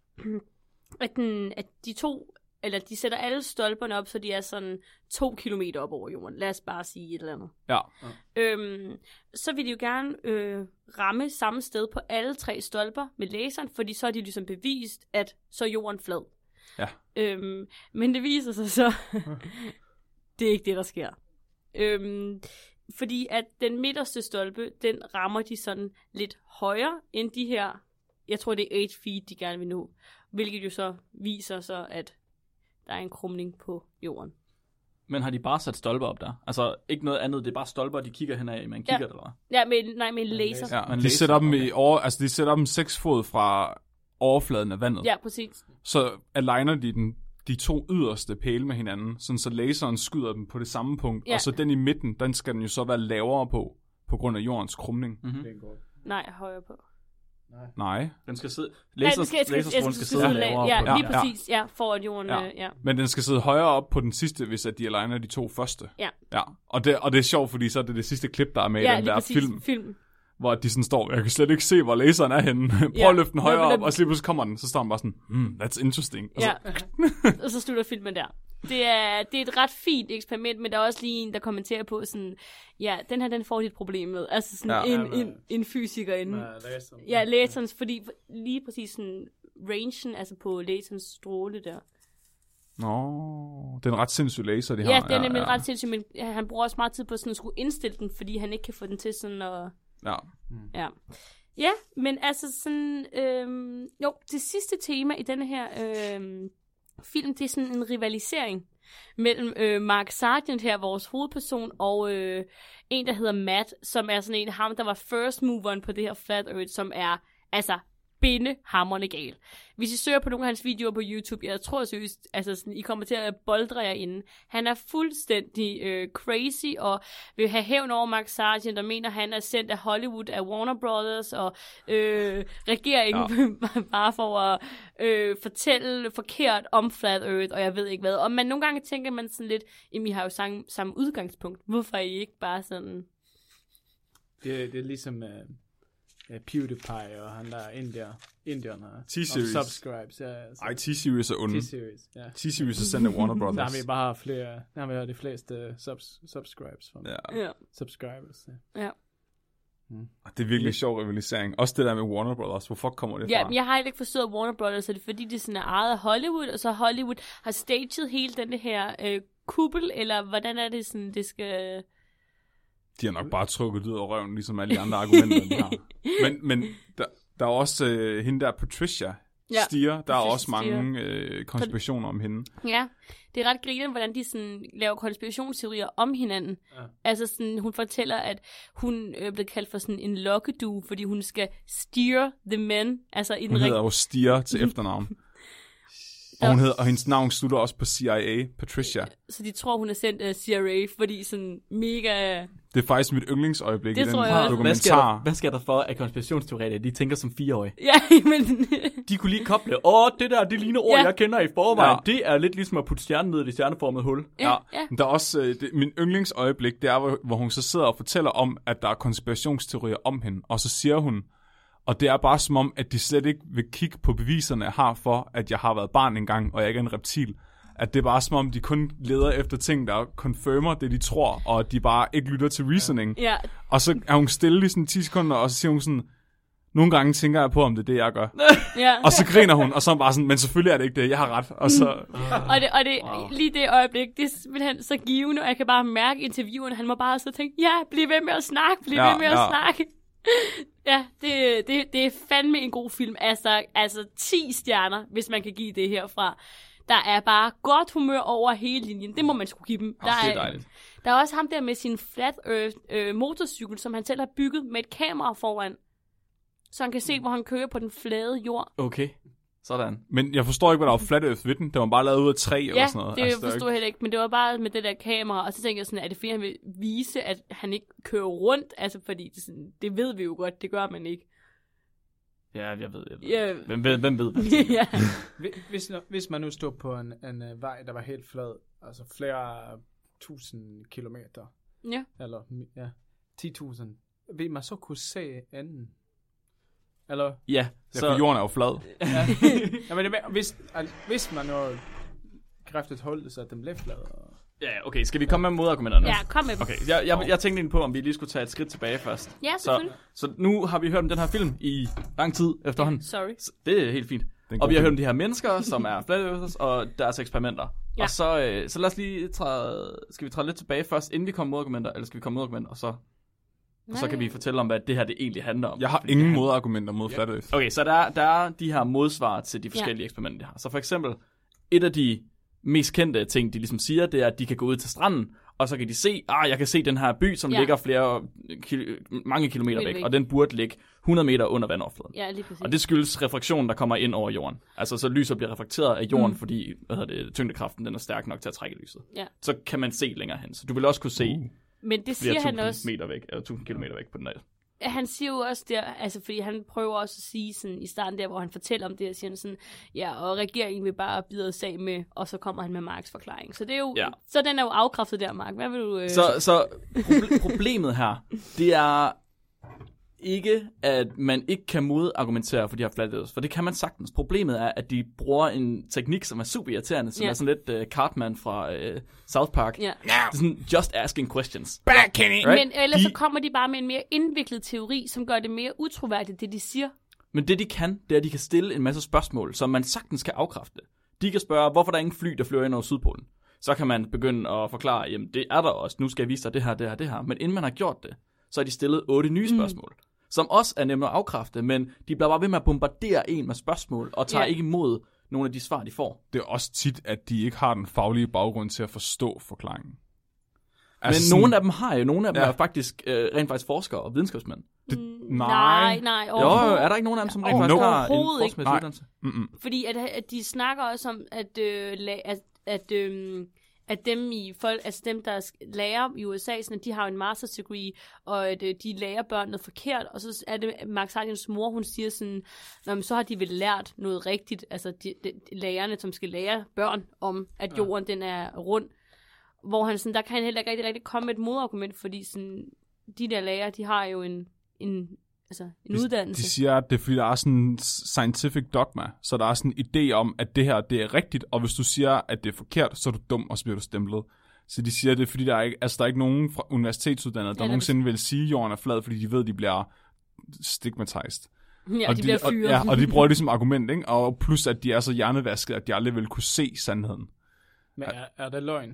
at, den, at de to, eller de sætter alle stolperne op, så de er sådan to kilometer op over jorden. Lad os bare sige et eller andet. Ja. Øhm, så vil de jo gerne øh, ramme samme sted på alle tre stolper med laseren, fordi så er de ligesom bevist, at så er jorden flad. Ja. Øhm, men det viser sig så, det er ikke det, der sker. Øhm, fordi at den midterste stolpe, den rammer de sådan lidt højere end de her, jeg tror det er otte feet, de gerne vil nå. Hvilket jo så viser så, at der er en krumning på jorden. Men har de bare sat stolper op der? Altså ikke noget andet, det er bare stolper, de kigger henad, man kigger ja. eller Ja, med, nej, med en laser. Ja, Man de læser, sætter dem okay. i over, altså de sætter dem seks fod fra overfladen af vandet. Ja, præcis. Så aligner de den, de to yderste pæle med hinanden, sådan så laseren skyder dem på det samme punkt, Ja. og så den i midten, den skal den jo så være lavere på, på grund af jordens krumning. Mm-hmm. Det er godt. Nej, højere på. Nej. Nej, Den skal sidde, Ja, den laser, skal, skal, laserstrålen skal, skal sidde lavere ja, på den. lige præcis, ja, for at jorden, Ja. ja. Øh, ja. men den skal sidde højere op på den sidste, hvis at de aligner de to første. Ja. Ja. Og, det, og det er sjovt, fordi så er det det sidste klip, der er med i Ja, den lige der præcis, film, film. hvor de sådan står, jeg kan slet ikke se, hvor laseren er henne. Prøv Ja. at løfte den højere Nå, men op, den- og så lige pludselig kommer den, så står den bare sådan, hmm, that's interesting. Og så, Ja, og så slutter filmen der. Det er, det er et ret fint eksperiment, men der er også lige en, der kommenterer på sådan, ja, den her, den får de et problem med. Altså sådan Ja. ja, en, Ja, men- en, en fysiker inden. Med laseren. Ja, laserens, fordi lige præcis sådan rangen, altså på laserens stråle der. Nå, det er en ret sindssyg laser, de Ja, har. det er nemlig ja, ja. ret sindssygt, men han bruger også meget tid på sådan at skulle indstille den, fordi han ikke kan få den til sådan at... Ja. Ja. Ja, men altså sådan... Øhm, jo, det sidste tema i denne her øhm, film, det er sådan en rivalisering mellem øh, Mark Sargent her, vores hovedperson, og øh, en, der hedder Matt, som er sådan en af ham, der var first moveren på det her Flat Earth, som er altså bindehamrende gal. Hvis I søger på nogle af hans videoer på YouTube, jeg tror seriøst, altså sådan, I kommer til at boldre jer inde. Han er fuldstændig øh, crazy, og vil have hævn over Mark Sargent, og mener, han er sendt af Hollywood, af Warner Brothers, og øh, regeringen ja. bare for at øh, fortælle forkert om Flat Earth, og jeg ved ikke hvad. Og man nogle gange tænker man sådan lidt, jamen I har jo samme, samme udgangspunkt. Hvorfor er I ikke bare sådan... Det, det er ligesom... Uh... Uh, PewDiePie og han der indier, indierne T-Series. og subscribes. Ja, altså. Ej, T-Series er onde. T-Series, ja. T-Series er sendt af Warner Der Brothers. har vi bare flere, der har vi de fleste subs, subscribes fra Ja. Ja. subscribers. Ja. Ja. Mm. Det er virkelig en sjov rivalisering. Også det der med Warner Brothers. Hvorfor kommer det ja, fra? Jeg har ikke forstået Warner Brothers, så det er fordi, det sådan er ejet af Hollywood, og så Hollywood har staged hele den her øh, kuppel, eller hvordan er det sådan, det skal... De har nok bare trukket ud af røven, ligesom alle de andre argumenter, de har. Men, men der, der er også øh, hende der, Patricia ja, Stier. Der Patricia er også mange øh, konspirationer om hende. Ja, det er ret grinerende, hvordan de sådan laver konspirationsteorier om hinanden. Ja. Altså sådan, hun fortæller, at hun er blevet kaldt for sådan en lokkedue, fordi hun skal steer the men. Altså i den hun hedder rig- jo Stier til efternavn. Og, hun hedder, og hendes navn slutter også på C I A, Patricia. Så de tror, hun er sendt af C R A, fordi sådan mega... Det er faktisk mit yndlingsøjeblik det i den dokumentar. Hvad sker, der, hvad sker der for, at konspirationsteoreter, de tænker som fireårige? Ja, men... de kunne lige koble, åh, det der, det ligner ord, ja. jeg kender i forvejen. Ja. Det er lidt ligesom at putte stjernen ned i det stjerneformede hul. Ja, ja. ja. Der er også, øh, det, min yndlingsøjeblik, det er, hvor, hvor hun så sidder og fortæller om, at der er konspirationsteorier om hende. Og så siger hun, og det er bare som om, at de slet ikke vil kigge på beviserne, jeg har for, at jeg har været barn engang, og jeg ikke er en reptil. At det er bare som om, de kun leder efter ting, der confirmer det, de tror, og at de bare ikke lytter til reasoning. Ja. Og så er hun stille i sådan ti sekunder, og så siger hun sådan, nogle gange tænker jeg på, om det er det, jeg gør. Ja. Og så griner hun, og så er hun bare sådan, men selvfølgelig er det ikke det, jeg har ret. Og, så, og, det, og det, wow. lige det øjeblik, det er simpelthen så givende, og jeg kan bare mærke interviewen, han må bare så tænke, ja, bliv ved med at snakke, bliv ja, ved med ja. at snakke. Ja, det, det, det er fandme en god film. Altså, altså ti stjerner, hvis man kan give det herfra. Der er bare godt humør over hele linjen. Det må man sgu give dem. Der oh, er, det er dejligt. Der er også ham der med sin flat earth øh, motorcykel, som han selv har bygget med et kamera foran. Så han kan se, hvor han kører på den flade jord. Okay, sådan. Men jeg forstår ikke, hvad der var flat earth ved den. Det var bare lavet ud af træ eller sådan noget. Ja, det altså, forstår jeg heller ikke. Men det var bare med det der kamera. Og så tænker jeg sådan, er det fordi, han vil vise, at han ikke kører rundt? Altså, fordi det, sådan, det ved vi jo godt, det gør man ikke. Ja, jeg ved, jeg ved. Ja. Hvem, hvem, hvem ved? ja. hvis, hvis man nu stod på en, en uh, vej, der var helt flad, altså flere tusind kilometer, ja. eller ja, ti tusind, vil man så kunne se enden? Eller? Ja, så... ja, for jorden er jo flad. ja. ja, men det, hvis, altså, hvis man nu kræftet et hul, så den blev flad. Og... Ja, okay. Skal vi komme med modargumenterne? Ja, kom med dem. Okay, jeg, jeg, jeg tænkte på, om vi lige skulle tage et skridt tilbage først. Ja, selvfølgelig. Så, så nu har vi hørt om den her film i lang tid efterhånden. Sorry. Så det er helt fint. Og vi har hørt om de her mennesker, som er flat earthers, og deres eksperimenter. Ja. Og så, øh, så lad os lige træde, skal vi træde lidt tilbage først, inden vi kommer modargumenter, eller skal vi komme modargumenter, og så... Og så kan vi fortælle om, hvad det her det egentlig handler om. Jeg har ingen han... modargumenter mod Flat Earth. Okay, så der er, der er de her modsvar til de forskellige ja. eksperimenter, de har. Så for eksempel, et af de mest kendte ting, de ligesom siger, det er, at de kan gå ud til stranden, og så kan de se, ah, jeg kan se den her by, som ja. ligger flere, kil- mange kilometer væk, væk, og den burde ligge hundrede meter under vandoverfladen. Ja, lige præcis. Og det skyldes refleksionen, der kommer ind over jorden. Altså, så lyset bliver reflekteret af jorden, mm. fordi hvad hedder det, tyngdekraften den er stærk nok til at trække lyset. Ja. Så kan man se længere hen. Så du vil også kunne se... Uh. Men det siger han også... meter væk, eller tusind kilometer væk på den der. Han siger jo også der, altså fordi han prøver også at sige sådan, i starten der, hvor han fortæller om det, og siger han sådan, ja, og regeringen vil bare bide os af med, og så kommer han med Marks forklaring. Så det er jo, ja. så den er jo afkræftet der, Mark. Hvad vil du... Øh... Så, så proble- problemet her, det er ikke, at man ikke kan modargumentere for de her flat earthers, for det kan man sagtens. Problemet er, at de bruger en teknik, som er super irriterende, som yeah. er sådan lidt uh, Cartman fra uh, South Park. Yeah. Det er sådan, just asking questions. Back, Kenny! Right? Men ellers de... så kommer de bare med en mere indviklet teori, som gør det mere utroværdigt, det de siger. Men det de kan, det er, at de kan stille en masse spørgsmål, som man sagtens kan afkræfte. De kan spørge, hvorfor der er ingen fly, der flyver ind over Sydpolen. Så kan man begynde at forklare, jamen det er der også, nu skal jeg vise dig det her, det her, det her. Men inden man har gjort det, så har de stillet otte nye spørgsmål. Mm. Som også er nemmere at afkræfte, men de bliver bare ved med at bombardere en med spørgsmål, og tager yeah. ikke imod nogle af de svar, de får. Det er også tit, at de ikke har den faglige baggrund til at forstå forklaringen. Altså men sådan... nogle af dem har jo, nogle af dem ja. er faktisk øh, rent faktisk forskere og videnskabsmænd. Det, nej. Nej, nej. Jo, er der ikke nogen af dem, som rent faktisk har en forskningsmæssig uddannelse? Fordi at, at de snakker også om, at, øh, la- at, at øh, at dem i folk, altså dem der lærer i U S A, sådan, at de har en master's degree, og at øh, de lærer børn noget forkert, og så er det Mark Sargents mor, hun siger sådan, nå, men så har de vel lært noget rigtigt, altså de, de, de lærerne, som skal lære børn om, at jorden ja. den er rund, hvor han sådan, der kan han heller ikke rigtig, rigtig komme med et modargument, fordi sådan, de der lærere, de har jo en, en altså en de, uddannelse. De siger, at det er fordi, der er sådan en scientific dogma, så der er sådan en idé om, at det her, det er rigtigt, og hvis du siger, at det er forkert, så er du dum, og så bliver du stemplet. Så de siger, det er fordi, der er ikke, altså, der er ikke nogen fra universitetsuddannede, der ja, nogensinde vil sige, at jorden er flad, fordi de ved, at de bliver stigmatized. Ja, og de, de bliver fyret. Og, ja, og de bruger det som argument, ikke? Og plus, at de er så hjernevaskede, at de aldrig vil kunne se sandheden. Men er, er det løgn?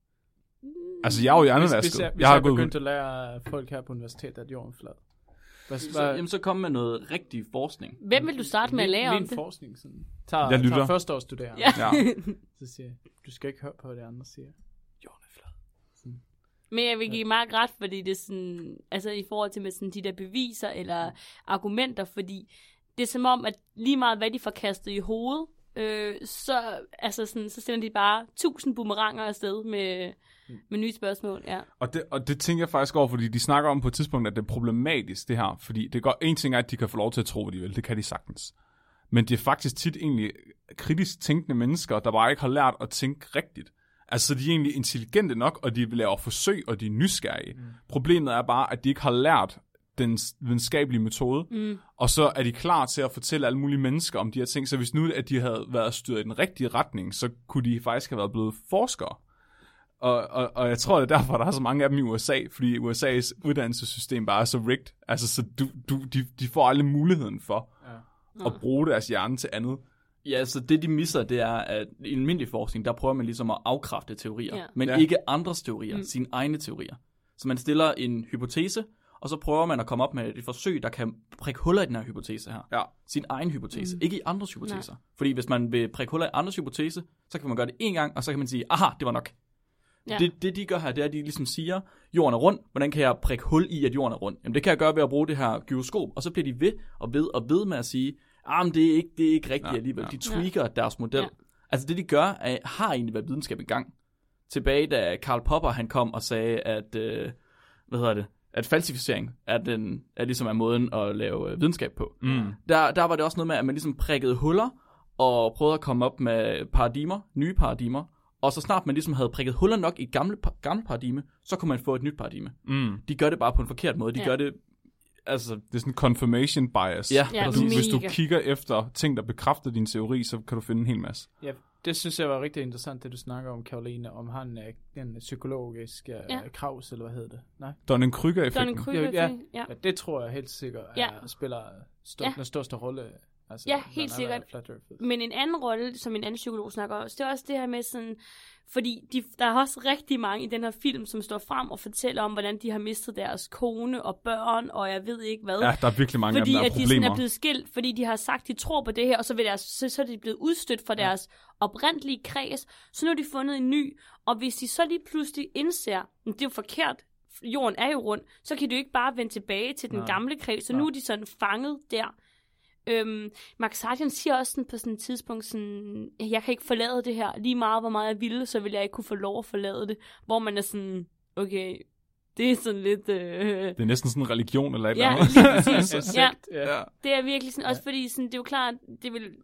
Altså, jeg er jo hjernevasket. Hvis, hvis jeg, hvis jeg har jeg gået... begyndt at lære folk her på universitetet, at jorden er flad. Hvad, så, jamen, så kom med noget rigtig forskning. Hvem vil du starte med at lære om min det? forskning, sådan. Tager, jeg lytter. tager førsteårsstuderende. Ja. ja. Så siger jeg, du skal ikke høre på, hvad det andre siger. Jorden er flad. Sådan. Men jeg vil give Mark ret, fordi det er sådan, altså i forhold til med sådan de der beviser eller argumenter, fordi det er som om, at lige meget hvad de får kastet i hovedet, øh, så, altså sådan, så sender de bare tusind boomeranger afsted med, med nye spørgsmål. Ja. Og, det, og det tænker jeg faktisk over, fordi de snakker om på et tidspunkt, at det er problematisk det her, fordi det går, en ting er, at de kan få lov til at tro, hvad de vil, det kan de sagtens. Men det er faktisk tit egentlig kritisk tænkende mennesker, der bare ikke har lært at tænke rigtigt. Altså, de er egentlig intelligente nok, og de vil lave forsøg, og de er nysgerrige. Mm. Problemet er bare, at de ikke har lært den videnskabelige metode, mm. og så er de klar til at fortælle alle mulige mennesker om de her ting. Så hvis nu, at de havde været styret i den rigtige retning, så kunne de faktisk have været blevet forskere. Og, og, og jeg tror, det er derfor, der er så mange af dem i U S A, fordi U S A's uddannelsessystem bare er så rigged. Altså, så du, du, de, de får aldrig muligheden for ja. at bruge deres hjerne til andet. Ja, så det de misser, det er, at i almindelig forskning, der prøver man ligesom at afkræfte teorier, ja. men ja. ikke andres teorier, mm. sine egne teorier. Så man stiller en hypotese, og så prøver man at komme op med et forsøg, der kan prikke huller i den her hypotese her. Ja. Sin egen hypotese, mm. ikke i andres hypoteser. Nej. Fordi hvis man vil prikke huller i andres hypotese, så kan man gøre det en gang, og så kan man sige, aha, det var nok. Ja. Det, det de gør her, det er, at de ligesom siger, jorden er rund, hvordan kan jeg prikke hul i, at jorden er rund? Jamen det kan jeg gøre ved at bruge det her gyroskop, og så bliver de ved og ved og ved med at sige, ah, men det er ikke, det er ikke rigtigt ja, alligevel. Ja. De tweaker ja. deres model. Ja. Altså det de gør, er, har egentlig været videnskab i gang. Tilbage da Karl Popper han kom og sagde, at, øh, hvad hedder det, at falsificering er, den, er ligesom er måden at lave øh, videnskab på. Mm. Der, der var det også noget med, at man ligesom prikkede huller, og prøvede at komme op med paradigmer, nye paradigmer, og så snart man ligesom havde prikket huller nok i gamle, gamle paradigme, så kunne man få et nyt paradigme. Mm. De gør det bare på en forkert måde. De ja. gør det altså, det er sådan en confirmation bias. Ja, ja, du, hvis du kigger efter ting, der bekræfter din teori, så kan du finde en hel masse. Ja, det synes jeg var rigtig interessant, det du snakker om, Karoline, om han er en psykologisk ja. Kraus, eller hvad hedder det? Nej? Dunning-Kruger-effekten. Dunning-Kruger-effekten, ja, ja. ja. Det tror jeg helt sikkert er, ja. spiller stor, ja. den største rolle. Altså, ja, helt sikkert. Men en anden rolle, som en anden psykolog snakker om, det er også det her med sådan, fordi de, der er også rigtig mange i den her film, som står frem og fortæller om, hvordan de har mistet deres kone og børn, og jeg ved ikke hvad. Ja, der er virkelig mange fordi, af dem, der er problemer. problemer. Fordi at de sådan er blevet skilt, fordi de har sagt, de tror på det her, og så, vil deres, så, så er de blevet udstødt fra deres ja. oprindelige kreds, så nu har de fundet en ny, og hvis de så lige pludselig indser, at det er jo forkert, jorden er jo rund, så kan de jo ikke bare vende tilbage til den Nej. gamle kreds, så Nej. nu er de sådan fanget der. Øhm, Mark Sargent siger også sådan på sådan et tidspunkt sådan, jeg kan ikke forlade det her, lige meget hvor meget jeg ville, så vil jeg ikke kunne få lov at forlade det, hvor man er sådan, okay, det er sådan lidt øh... det er næsten sådan en religion eller et ja, eller andet. Lige præcis. ja, ja, det er virkelig sådan, også fordi sådan, det er jo klart, det vil,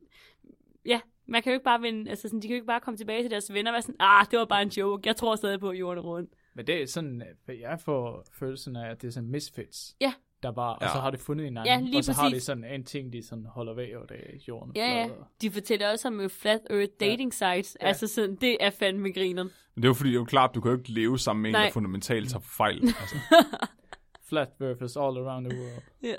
ja, man kan jo ikke bare vende, altså sådan, de kan jo ikke bare komme tilbage til deres venner og være sådan, ah, det var bare en joke, jeg tror stadig på jorden rundt. Men det er sådan, jeg får følelsen af, at det er sådan misfits. Ja. Der bare, ja. Og så har de fundet en anden, ja, og så præcis. har de sådan en ting, de sådan holder væk, og det er jorden. Ja, ja. De fortæller også om flat earth dating ja. sites. Ja. Altså sådan, det er fandme grineren. Men det er jo fordi, det er jo klart, du kan jo ikke leve sammen med en, der fundamentalt tager fejl. Altså. Flat earth is all around the world. Ja.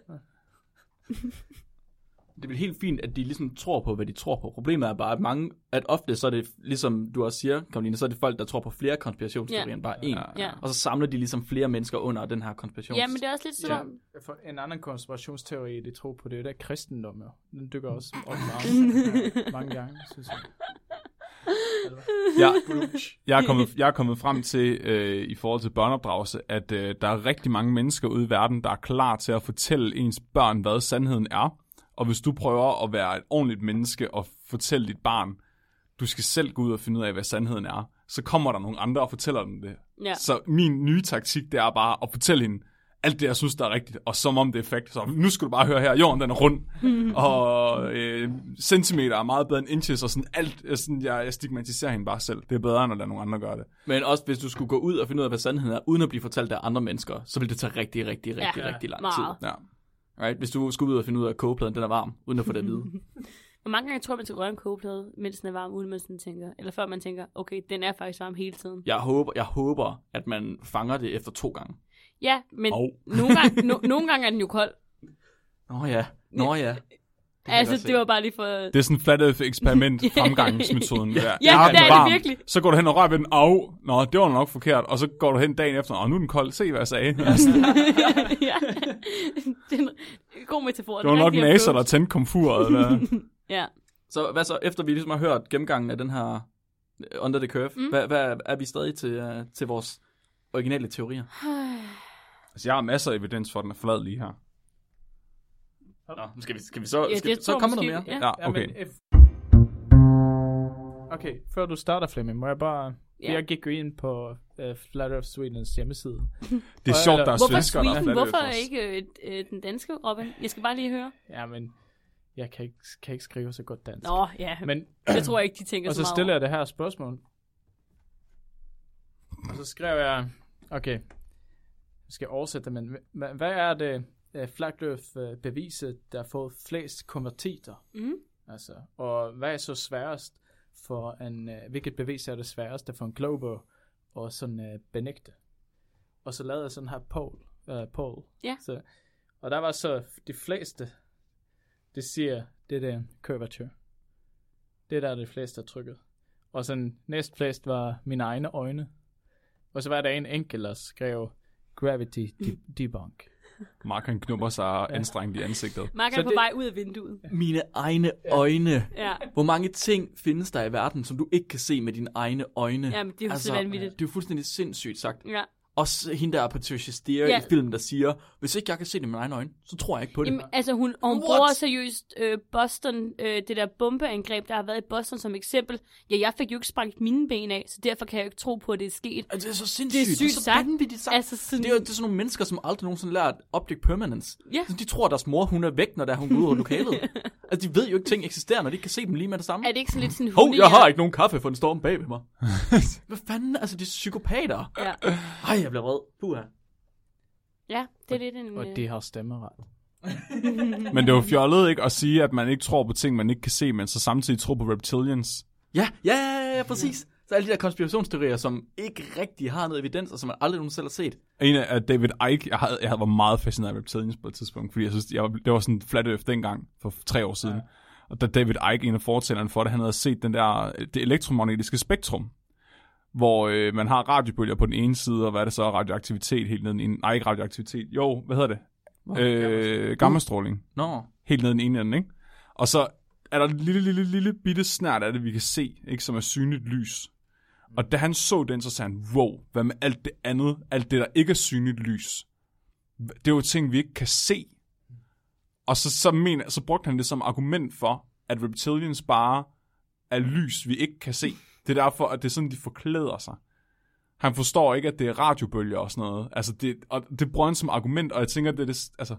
Det er vel helt fint, at de ligesom tror på, hvad de tror på. Problemet er bare, at mange, at ofte så er det, ligesom du også siger, Karoline, så er det folk, der tror på flere konspirationsteorier yeah. end bare én. Ja. Og så samler de ligesom flere mennesker under den her konspirationsteori. Ja, men det er også lidt sådan. Ja. En anden konspirationsteori, de tror på, det er der kristendom, jo. Den dykker også op mange, mange gange, synes jeg. Ja, jeg, er kommet, jeg er kommet frem til, øh, i forhold til børneopdragelse, at øh, der er rigtig mange mennesker ude i verden, der er klar til at fortælle ens børn, hvad sandheden er. Og hvis du prøver at være et ordentligt menneske og fortælle dit barn, du skal selv gå ud og finde ud af, hvad sandheden er, så kommer der nogle andre og fortæller dem det. Ja. Så min nye taktik, det er bare at fortælle hende alt det, jeg synes, der er rigtigt, og som om det er fakt. Så nu skal du bare høre her, jorden den er rund, og øh, centimeter er meget bedre end inches, og sådan alt, sådan, jeg, jeg stigmatiserer hende bare selv. Det er bedre, end at lade nogle andre gøre det. Men også hvis du skulle gå ud og finde ud af, hvad sandheden er, uden at blive fortalt af andre mennesker, så vil det tage rigtig, rigtig, rigtig, ja, rigtig lang tid. Ja. Right? Hvis du skulle ud og finde ud af, at kogepladen den er varm, uden at få det at vide. Hvor mange gange tror man til røre en kogeplade, mens den er varm, uden man sådan tænker? Eller før man tænker, okay, den er faktisk varm hele tiden. Jeg håber, jeg håber at man fanger det efter to gange. Ja, men oh. nogle, gange, no, nogle gange er den jo kold. Nå ja, nå ja. Det altså, det var bare lige for... Det er sådan en flat earth eksperiment fremgangsmetoden. Ja, ja det er varm. Det virkelig. Så går du hen og rører ved den, au, nå, det var nok forkert. Og så går du hen dagen efter, og nu er den kold, se hvad jeg sagde. Ja, det er en god metafor. Det var nok næser, der tændte komfuret. Eller... Ja. Så hvad så, efter vi ligesom har hørt gennemgangen af den her Under the Curve, mm. hvad, hvad er vi stadig til, uh, til vores originale teorier? Altså, jeg har masser af evidens for, at den er flad lige her. Nå, skal vi, skal vi så, ja, skal, så kommer der mere? Ja, ja okay. Ja, if... Okay, før du starter, Flemming, må jeg bare... Ja. Jeg gik jo ind på uh, Flat Earth Swedens hjemmeside. Det er sjovt, der er svensker, der er Sweden? Hvorfor ikke øh, den danske, Robin? Jeg skal bare lige høre. Ja, men jeg kan ikke, kan ikke skrive så godt dansk. Nå, ja. Men jeg tror ikke, de tænker så meget. Og så stiller jeg det her spørgsmål. Og så skrev jeg... Okay, jeg skal oversætte, men hvad er det... Flat Earth beviset, der har fået flest konvertiter. Mm. Altså, og hvad er så sværest for en, uh, hvilket bevis er det sværeste for en glober og sådan uh, benægte? Og så lavede jeg sådan her poll. Uh, poll. Yeah. Så, og der var så de fleste, det siger, det der curvature. Det er der de fleste har trykket. Og så næstflest var mine egne øjne. Og så var der en enkelt, der skrev gravity de- debunk. Mark han knupper sig ja. anstrengt i ansigtet. Mark er på det... vej ud af vinduet. Mine egne øjne. Ja. Hvor mange ting findes der i verden, som du ikke kan se med dine egne øjne? Jamen, det er jo altså, så vanvittigt. Det er jo fuldstændig sindssygt sagt. Ja. Også hende der Patricia Steere ja. i filmen, der siger, hvis ikke jeg kan se det med mine egne øjne, så tror jeg ikke på det. Jamen, altså hun, og hun bruger seriøst øh, Boston, øh, det der bombeangreb, der har været i Boston som eksempel. Ja, jeg fik jo ikke sprængt mine ben af, så derfor kan jeg jo ikke tro på, at det er sket. Altså, det er så sindssygt. Det er sygt det er så sagt. vanvittigt sagt. Altså, sådan... det, er jo, det er sådan nogle mennesker, som aldrig nogensinde lært object permanence. Ja. Så de tror, at deres mor hun er væk, når der hun går ud af lokalet. Altså, de ved jo ikke, ting eksisterer, når de ikke kan se dem lige med det samme. Er det ikke sådan lidt sådan hunde? Hov, jeg har ikke nogen kaffe, for den står bag ved mig. Hvad fanden? Altså, de er psykopater. Ja. Ej, jeg bliver vred. Puha. Ja, det er lidt en... Og de har stemmeret. Men det er jo fjollet ikke at sige, at man ikke tror på ting, man ikke kan se, men så samtidig tror på reptilians. Ja, ja, ja, ja præcis. Så alle de der konspirationsteorier, som ikke rigtig har noget evidens, og som man aldrig nogen selv har set. En af David Icke, jeg havde, jeg havde været meget fascineret af reptilians på et tidspunkt, fordi jeg synes, jeg var, det var sådan flat earth dengang, for tre år siden. Ja. Og da David Icke, en af fortællerne for det, han havde set den der, det elektromagnetiske spektrum, hvor øh, man har radiobølger på den ene side, og hvad er det så? Radioaktivitet helt ned i den. Nej, ikke radioaktivitet. Jo, hvad hedder det? Oh, øh, gammastråling. Nå. No. Helt ned i den ene ende, ikke? Og så er der en lille, lille, lille bitte snært af det, vi kan se, ikke? Som er synligt lys. Og da han så den, så sagde han, wow, hvad med alt det andet? Alt det, der ikke er synligt lys. Det er jo ting, vi ikke kan se. Og så, så, mener, så brugte han det som argument for, at reptilians bare er lys, vi ikke kan se. Det er derfor, at det er sådan, de forklæder sig. Han forstår ikke, at det er radiobølger og sådan noget. Altså, det, og det bruger han som argument, og jeg tænker, det er det, altså...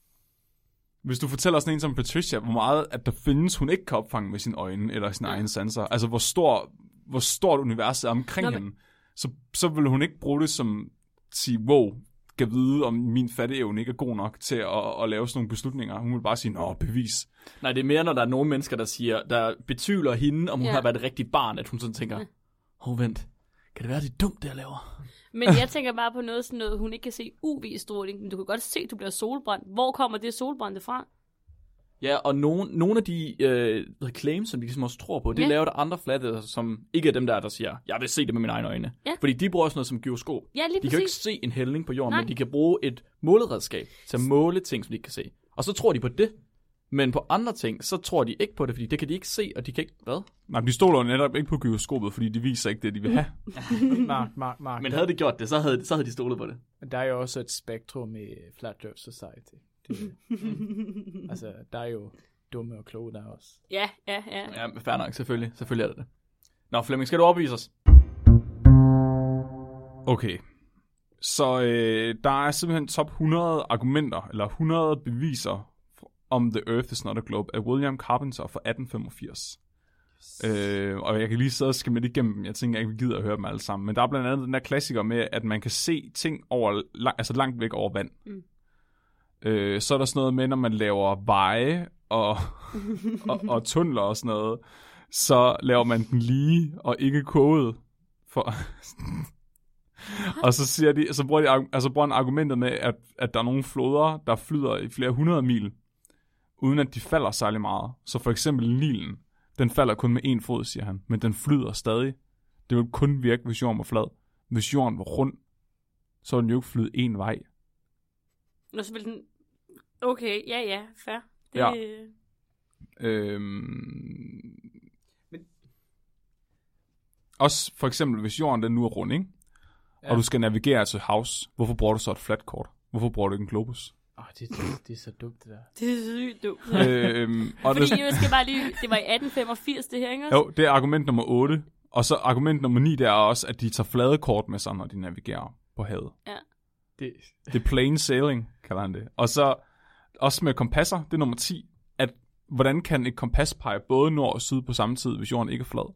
Hvis du fortæller sådan en som Patricia, hvor meget at der findes, hun ikke kan opfange med sine øjne, eller sine ja. egne sanser. Altså, hvor, stor, hvor stort universet er omkring Nå, men... hende. Så, så vil hun ikke bruge det som at sige, wow, kan vide, om min fatteevne ikke er god nok til at, at lave sådan nogle beslutninger. Hun vil bare sige, nå, bevis. Nej, det er mere, når der er nogle mennesker, der siger, der betvivler hende, om hun ja. har været et rigtigt barn, at hun sådan tænker, åh, oh, vent, kan det være, det er dumt, det jeg laver? Men jeg tænker bare på noget sådan noget, hun ikke kan se U V-stråling, men du kan godt se, at du bliver solbrændt. Hvor kommer det solbrændte fra? Ja, og nogle, nogle af de øh, claims, som de ligesom også tror på, det ja. laver der andre flatter, som ikke er dem der, der siger, jeg vil se det med mine egne øjne. Ja. Fordi de bruger også noget som gyroskop. Ja, lige de præcis. kan jo ikke se en hældning på jorden, Nej. men de kan bruge et måleredskab til at måle ting, som de ikke kan se. Og så tror de på det. Men på andre ting, så tror de ikke på det, fordi det kan de ikke se, og de kan ikke... Hvad? Nej, de stoler netop ikke på gyroskopet, fordi de viser ikke det, de vil have. Mark, Mark, Mark. Men havde de gjort det, så havde, så havde de stolet på det. Der er jo også et spektrum i Flat Earth Society. Det, altså, der er jo dumme og kloge der også. Ja, ja, ja. Ja, fair nok, selvfølgelig. Selvfølgelig er det det. Nå, Flemming, skal du opvise os? Okay. Så øh, der er simpelthen top hundrede argumenter, eller hundrede beviser om The Earth is not a globe af William Carpenter fra atten femogfirs. Yes. Øh, og jeg kan lige sidde og skimme lidt igennem dem. Jeg tænker, jeg ikke gider at høre dem alle sammen. Men der er blandt andet den der klassiker med, at man kan se ting over, altså langt væk over vand. Mm. Øh, så er der sådan noget med, når man laver veje og, og, og tunneler og sådan noget, så laver man den lige og ikke koget. For og så siger de, så bruger de, altså bruger de argumentet med, at, at der er nogle floder, der flyder i flere hundrede mil, uden at de falder særlig meget. Så for eksempel Nilen, den falder kun med en fod, siger han, men den flyder stadig. Det vil kun virke, hvis jorden var flad. Hvis jorden var rund, så ville den jo ikke flyde en vej. Nå, så vil den... Okay, ja, ja, fair. Det... Ja. Øhm... Men... Også for eksempel, hvis jorden den nu er rund, ikke? Ja. Og du skal navigere til havs, hvorfor bruger du så et fladt kort? Hvorfor bruger du ikke en globus? Åh, oh, det, det er så dumt, det der. Det er sygt dumt. øhm, og Fordi det... jeg skal bare lige... Det var i atten femogfirs, det her, ikke også? Jo, det er argument nummer otte. Og så argument nummer ni, det er også, at de tager flade kort med sig, når de navigerer på havet. Ja. Det, det er plain sailing, kalder han det. Og så også med kompasser, det er nummer ti, at hvordan kan et kompas pege både nord og syd på samme tid, hvis jorden ikke er flad?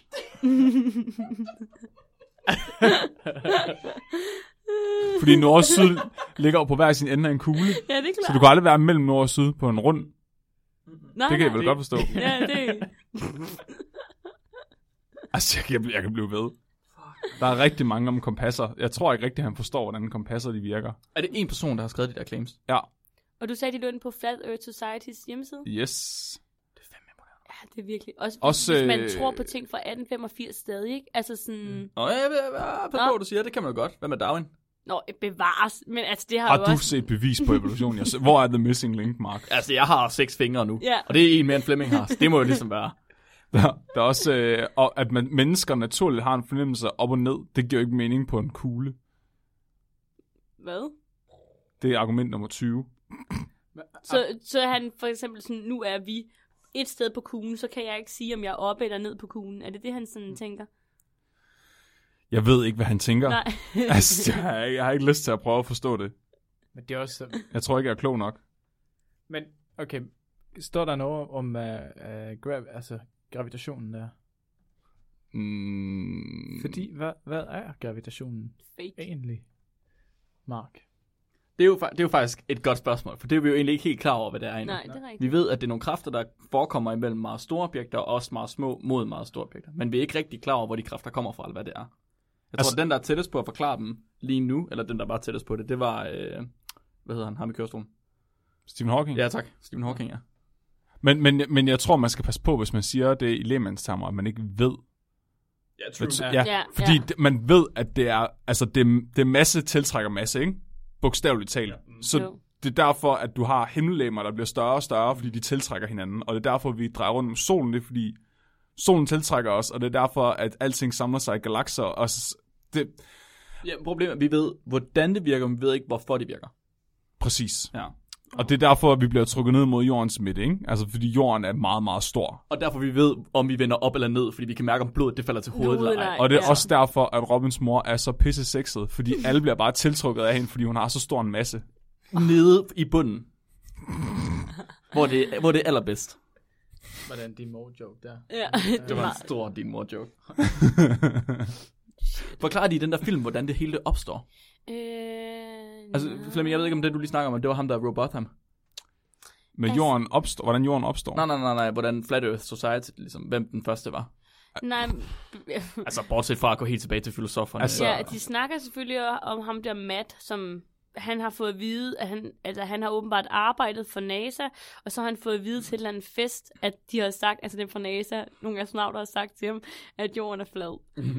Fordi nord og syd ligger jo på hver sin ende af en kugle. Ja, det er klart. Så du kan aldrig være mellem nord og syd på en rund. Nej, det kan nej, jeg vel det... godt forstå. Ja, det Altså, jeg kan, jeg kan blive ved. Der er rigtig mange om kompasser. Jeg tror ikke rigtig, han forstår, hvordan kompasser de virker. Er det en person, der har skrevet de der claims? Ja. Og du sagde, de lå inde på Flat Earth Societys hjemmeside? Yes. Det er fandme imponerende. Ja, det er virkelig. Også, Også hvis man øh... tror på ting fra atten femogfirs stadig, ikke? Altså sådan... Nå, jeg ved, pas på, du siger, det kan man jo godt. Hvad med Darwin? Nå, bevares. Men altså, det har, har jo du også... set bevis på evolution? Hvor er the missing link, Mark? Altså, jeg har seks fingre nu. Ja. Og det er en mere end Flemming har. Så det må jo ligesom være. Der, der er også, øh, at man, mennesker naturligt har en fornemmelse op og ned. Det giver jo ikke mening på en kugle. Hvad? Det er argument nummer tyve. Så, så han for eksempel sådan, nu er vi et sted på kuglen, så kan jeg ikke sige, om jeg er oppe eller ned på kuglen. Er det det, han sådan tænker? Jeg ved ikke, hvad han tænker. Nej. altså, jeg, har, jeg har ikke lyst til at prøve at forstå det. Men det er også... Jeg tror ikke, jeg er klog nok. Men, okay, står der noget om uh, uh, grav- altså, gravitationen der? Mm. Fordi, hvad, hvad er gravitationen Fake. egentlig, Mark? Det er, jo, det er jo faktisk et godt spørgsmål, for det er vi jo egentlig ikke helt klar over, hvad det er endnu. Nej, det er rigtigt. Vi ved, at det er nogle kræfter, der forekommer imellem meget store objekter, og også meget små mod meget store objekter. Men vi er ikke rigtig klar over, hvor de kræfter kommer fra, eller hvad det er. Jeg Altså- tror, den, der er tættest på at forklare dem lige nu, eller den, der var tættest på det, det var, øh, hvad hedder han, ham i kørestolen? Stephen Hawking? Ja, tak. Stephen Hawking, ja. Men, men, men jeg tror, man skal passe på, hvis man siger det i lægmandstermer, at man ikke ved. Ja, Hvad- Ja, ja, ja. fordi d- man ved, at det er, altså det, det masse tiltrækker masse, ikke? Bogstaveligt talt. Ja. Så Jo. det er derfor, at du har himmellegemer, der bliver større og større, fordi de tiltrækker hinanden. Og det er derfor, vi drejer rundt om solen, det er fordi solen tiltrækker os, og det er derfor, at alting samler sig i galakser. Og s- det, Ja, problemet er, at vi ved, hvordan det virker, men vi ved ikke, hvorfor det virker. præcis. Ja. Og det er derfor, at vi bliver trukket ned mod jordens midte, ikke? Altså, fordi jorden er meget, meget stor. Og derfor vi ved, om vi vender op eller ned, fordi vi kan mærke, om blodet det falder til hovedet eller ej. Nej, Og det er ja. også derfor, at Robins mor er så pisse sexet, fordi alle bliver bare tiltrukket af hende, fordi hun har så stor en masse. Nede i bunden. hvor, det, hvor det er allerbedst. Hvordan din mor-joke der? Ja, Det var en stor din mor joke. Forklarer de i den der film, hvordan det hele det opstår? Øh, Altså, Flemming, jeg ved ikke om det, du lige snakker om, det var ham, der er Robotham. Men Altså- jorden opstår, hvordan jorden opstår. Nej, nej, nej, nej, hvordan Flat Earth Society, ligesom, hvem den første var. Nej, Altså, bortset fra at gå helt tilbage til filosoferne. Altså- ja, de snakker selvfølgelig om ham der Matt, som han har fået at vide, at han, altså, han har åbenbart arbejdet for NASA, og så har han fået at vide til en eller anden fest, at de har sagt, altså dem fra NASA, nogle astronauter har sagt til ham, at jorden er flad.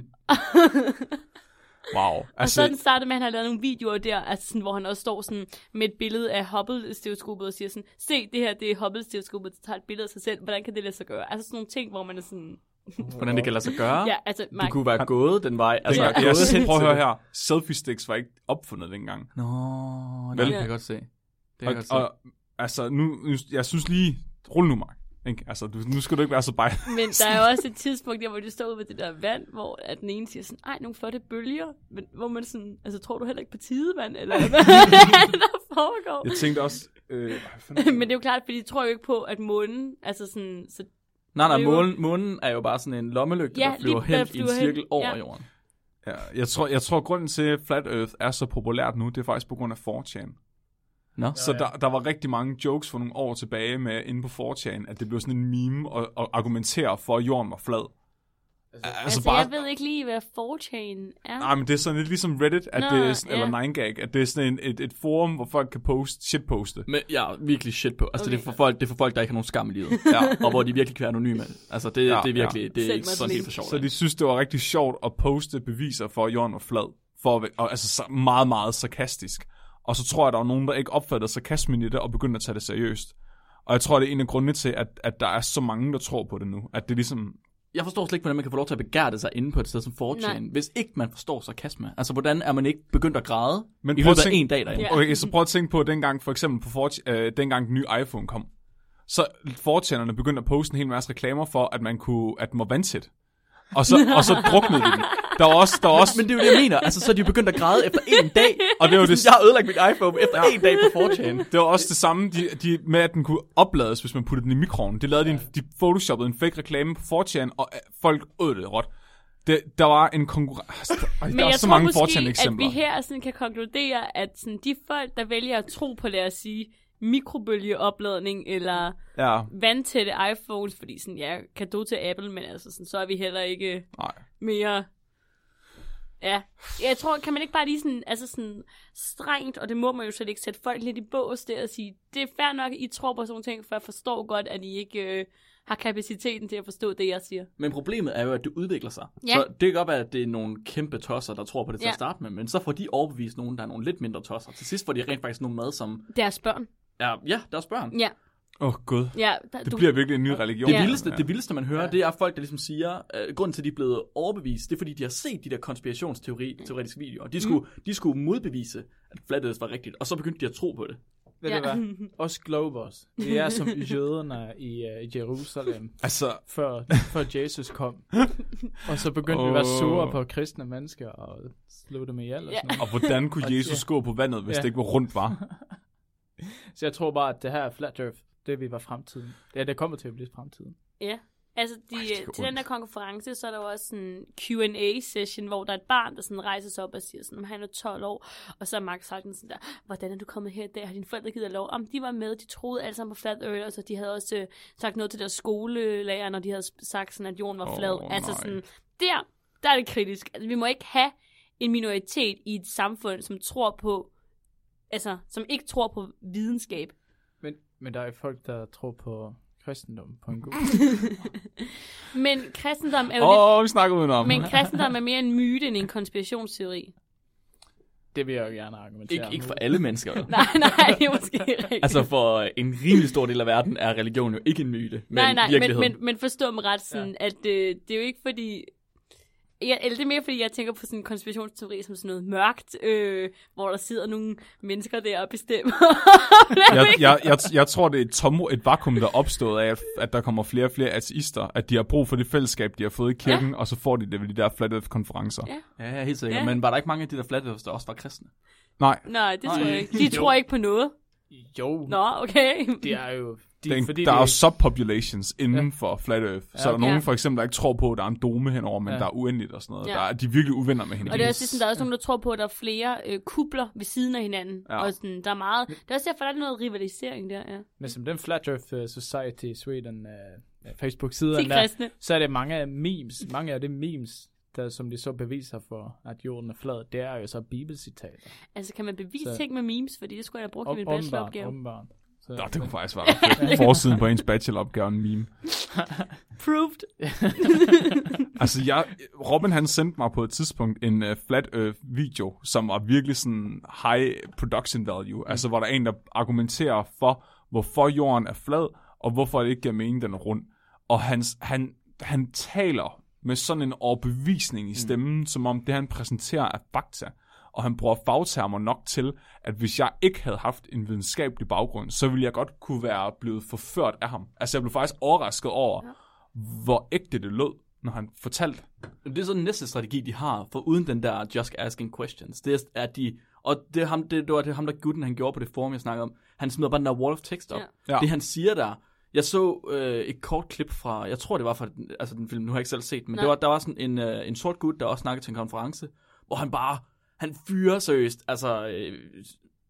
Wow. Og Altså, sådan startede med, at han har lavet nogle videoer der, altså sådan, hvor han også står sådan med et billede af Hubble-stereoskopet og siger sådan, se, det her, det er Hubble-stereoskopet, der tager et billede af sig selv, hvordan kan det lade sig gøre? Altså sådan nogle ting, hvor man er sådan, Hvordan det kan lade sig gøre. ja, altså, Du Mark, kunne være gået den vej. Altså, ja, være jeg, gået jeg, prøv at til høre det. her. Selfie sticks var ikke opfundet dengang. Nå, det Vel? kan jeg godt se. Det kan jeg Og, godt se. og altså, nu, nu, jeg synes lige, rul nu, Mark. Ikke? Altså, du, nu skal du ikke være så bej. men der er jo også et tidspunkt der, hvor de står ude ved det der vand, hvor at den ene siger sådan, ej, nogle flotte bølger, men hvor man sådan, altså, tror du heller ikke på tidevand, eller hvad er det, der foregår? Jeg tænkte også... Øh, hvad fanden- Men det er jo klart, fordi de tror jo ikke på, at månen, altså sådan, så Nej, nej, det er jo- månen, månen er jo bare sådan en lommelygte, Ja, der flyver lige- der hen i flyver en hen. cirkel over Ja. jorden. Ja, jeg tror, jeg tror, grunden til, at Flat Earth er så populært nu, det er faktisk på grund af four chan. No? Så der, der var rigtig mange jokes for nogle år tilbage med inde på four chan, at det blev sådan en meme og, og argumentere for, at jorden var flad. Altså, altså bare, jeg ved ikke lige, hvad four chan er. Nej, men det er sådan lidt ligesom Reddit, at Nå, det er sådan, ja. eller nine gag, at det er sådan en, et, et forum, hvor folk kan poste, shitposte. Men ja, virkelig shit på. Altså, okay. det, er for folk, det er for folk, der ikke har nogen skam i livet. Ja. Og hvor de virkelig kan være anonyme. Altså, det, ja, det er virkelig, ja. det er ikke sådan helt for sjovt. Så de synes, det var rigtig sjovt at poste beviser for, at jorden var flad. For, og, altså meget, meget sarkastisk. Og så tror jeg, der var nogen, der ikke opfattede sarkasmen i det, og begyndte at tage det seriøst. Og jeg tror, det er en af grundene til, at, at der er så mange, der tror på det nu. At det ligesom... Jeg forstår slet ikke, hvordan man kan få lov til at begærde sig inde på et sted som four chan, hvis ikke man forstår sarkasme. Altså, hvordan er man ikke begyndt at græde Men i løbet af en dag derinde? Ja. Okay, så prøv at tænke på, at dengang, for eksempel på four chan, øh, dengang den nye iPhone kom, så four chanerne begyndte at poste en hel masse reklamer for, at man kunne, at den var vandtæt. Og så, og så druknede de den. Der var også, der var også... Men det er jo det, jeg mener. Altså, så er de jo begyndt at græde efter en dag. Og det var det... Jeg har ødelagt mit iPhone efter ja. en dag på four chan. Det var også det samme de, de, med, at den kunne oplades, hvis man puttede den i mikroen. Det lavede ja. de, en, de photoshoppede en fake reklame på four chan, og folk åd det råt. Det, der var en konkurrence. Men der er jeg så tror mange måske, four chan-eksempler. at vi her sådan kan konkludere, at sådan, de folk, der vælger at tro på, lad os sige, mikrobølgeopladning eller ja. vandtætte iPhones, fordi sådan, ja, kado til Apple, men altså sådan, så er vi heller ikke Nej. mere... Ja, jeg tror, kan man ikke bare lige sådan, altså sådan strengt, og det må man jo slet ikke sætte folk lidt i bås der og sige, det er fair nok, at I tror på sådan nogle ting, for jeg forstår godt, at I ikke øh, har kapaciteten til at forstå det, jeg siger. Men problemet er jo, at det udvikler sig. Ja. Så det kan godt være, at det er nogle kæmpe tosser, der tror på det til ja. at starte med, men så får de overbevist nogen, der er nogle lidt mindre tosser. Til sidst får de rent faktisk nogle mad, som... Deres børn. Ja, ja deres børn. Ja. Åh, oh, gud. Ja, der, det du... bliver virkelig en ny religion. Det vildeste, ja. det vildeste man hører, ja. det er folk, der ligesom siger, uh, grunden til, at de er blevet overbevist, det er, fordi de har set de der konspirationsteoretiske videoer. De skulle, mm. de skulle modbevise, at Flat Earth var rigtigt, og så begyndte de at tro på det. Ved ja. du hvad? Os Globers. Vi er som jøderne i, uh, i Jerusalem, altså... før, før Jesus kom. Og så begyndte oh. vi at være sure på kristne mennesker og slå dem ihjel. Og, ja. sådan noget. og hvordan kunne Jesus gå på vandet, hvis ja. det ikke var rundt, var? Så jeg tror bare, at det her Flat Earth, det vi var fremtiden. Ja, det kommer til at blive fremtiden. Ja, altså de, Ej, til den der konference, så er der jo også en Q and A session, hvor der er et barn, der sådan rejser sig op og siger sådan, han er tolv år, og så er Mark sagt sådan der, hvordan er du kommet her i dag, har dine forældre givet lov? Om de var med, de troede alle sammen på Flat Earth, og så de havde også øh, sagt noget til deres skolelærer, når de havde sagt sådan, at jorden var oh, flad. Altså sådan, der, der er det kritisk. Altså, vi må ikke have en minoritet i et samfund, som tror på, altså, som ikke tror på videnskab. Men, men der er folk, der tror på kristendom, på en god. Men kristendom er jo Åh, oh, lidt... vi snakker udenom. Men kristendom er mere en myte end en konspirationsteori. Det vil jeg jo gerne argumentere. Ikke, ikke for alle mennesker. nej, nej, det er måske rigtigt. Altså for en rimelig stor del af verden er religion jo ikke en myte, men nej, nej, virkelighed. Men, men, men forstå mig ret sådan, ja. at øh, det er jo ikke fordi... Jeg, eller det er mere, fordi jeg tænker på sådan en konspirationsteori som sådan noget mørkt, øh, hvor der sidder nogle mennesker der og bestemmer. jeg, jeg, jeg, jeg tror, det er et, tom, et vakuum, der er opstået af, at der kommer flere og flere ateister, at de har brug for det fællesskab, de har fået i kirken, ja. Og så får de det ved de der Flat Earth-konferencer. Ja, ja helt sikkert. Ja. Men var der ikke mange af de der Flat Earths, der også var kristne? Nej. Nej, det tror jeg ikke. De tror ikke på noget. Jo. Nå, okay. Det er jo... De, Den, fordi der det... er jo subpopulations inden ja. for Flat Earth. Ja, så er der okay. nogen for eksempel, der ikke tror på, at der er en dome henover, men ja. der er uendeligt og sådan noget. Ja. Der er, de er virkelig uvenner med hinanden. Og det er også sådan, der er også nogen, der tror på, at der er flere øh, kubler ved siden af hinanden. Ja. Og sådan, der er meget... Det er også derfor, der er noget rivalisering der, ja. Men som den Flat Earth Society Sweden uh, Facebook-siden der, så er det mange af memes, mange af de memes, der, som de så beviser for, at jorden er flad, det er jo så bibelcitater. Altså, kan man bevise så... ting med memes? Fordi det skulle jeg have brugt i min bacheloropgave. Åbenbart, Så, Nå, det kunne faktisk være fedt. Forsiden på ens bacheloropgave en meme. Proved. Altså, jeg, Robin han sendte mig på et tidspunkt en uh, Flat Earth video, som var virkelig sådan high production value. Mm. Altså, hvor der er en, der argumenterer for, hvorfor jorden er flad, og hvorfor det ikke giver mening, den er rund. Og han, han, han taler med sådan en overbevisning i stemmen, mm. som om det, han præsenterer, er fakta. Og han bruger fagtermer nok til, at hvis jeg ikke havde haft en videnskabelig baggrund, så ville jeg godt kunne være blevet forført af ham. Altså, jeg blev faktisk overrasket over, ja. hvor ægte det lød, når han fortalte. Det er sådan en næste strategi, de har, for uden den der just asking questions. Det er, at de, og det, er ham, det, det var det ham, der gutten, han gjorde på det forum, jeg snakkede om. Han smider bare den der wall of text op. Ja. Ja. Det, han siger der. Jeg så øh, et kort klip fra, jeg tror, det var fra altså, den film, nu har jeg ikke selv set, men det var, der var sådan en, øh, en sort gut, der også snakkede til en konference, hvor han bare, han fyrer seriøst, altså, øh,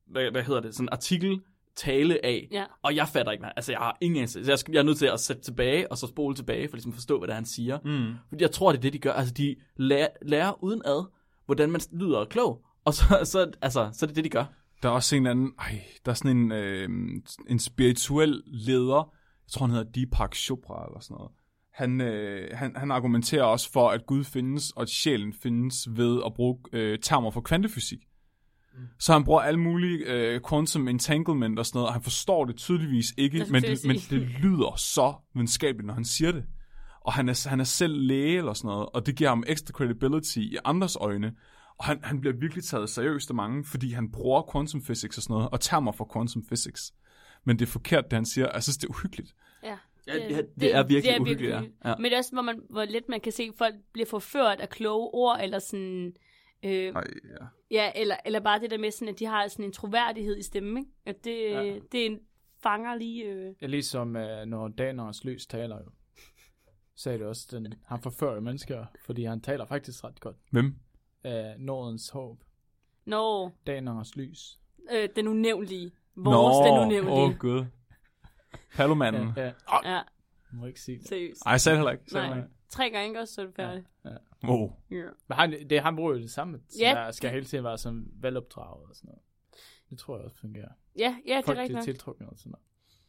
hvad, hvad hedder det, sådan en artikel tale af, Ja. og jeg fatter ikke, hvad, altså jeg har ingen anelse. Jeg, jeg er nødt til at sætte tilbage, og så spole tilbage, for ligesom at forstå, hvad det er, han siger. Mm. Fordi jeg tror, det er det, de gør. Altså, de lærer, lærer uden ad, hvordan man lyder klog, og så, så, altså, så er det det, de gør. Der er også en anden, ej, der er sådan en, øh, en spirituel leder, jeg tror, han hedder Deepak Chopra eller sådan noget. Han, øh, han, han argumenterer også for, at Gud findes, og at sjælen findes ved at bruge øh, termer for kvantefysik. Mm. Så han bruger alle mulige øh, quantum entanglement og sådan noget, og han forstår det tydeligvis ikke, men det, men det lyder så videnskabeligt, når han siger det. Og han er, han er selv læge eller sådan noget, og det giver ham ekstra credibility i andres øjne. Og han, han bliver virkelig taget seriøst af mange, fordi han bruger quantum physics og sådan noget, og termer for quantum physics. Men det er forkert, det han siger. Jeg synes, det er uhyggeligt. Ja. Ja, det, det, det er virkelig det er uhyggeligt, virkelig. Ja. Ja. Men det er også, hvor, man, hvor let man kan se, at folk bliver forført af kloge ord, eller sådan... Øh, Ej, ja. ja, eller, eller bare det der med, sådan, at de har sådan en troværdighed i stemmen, ikke? At det, Ja. det er en fanger lige... Øh... Ja, ligesom øh, når Danerens lys taler jo. Sagde det også, den, han forfører mennesker, fordi han taler faktisk ret godt. Hvem? Øh, Nordens håb. Nå, Danerens lys. øh, den unævnlige. Vores den unævnlige. åh oh, gud. Palomanden. Ja, ja. Ja, Jeg må ikke sige det. seriøst. Ej, jeg sagde det heller ikke. Sagde Nej. man- Tre gange også, så er det færdigt. Wow. Ja. Men han, det, han bruger jo det samme. Så Ja. der skal hele tiden være sådan velopdraget og sådan noget. Det tror jeg også fungerer. Ja, ja, det er Folk rigtigt er nok. tiltrukket og sådan noget.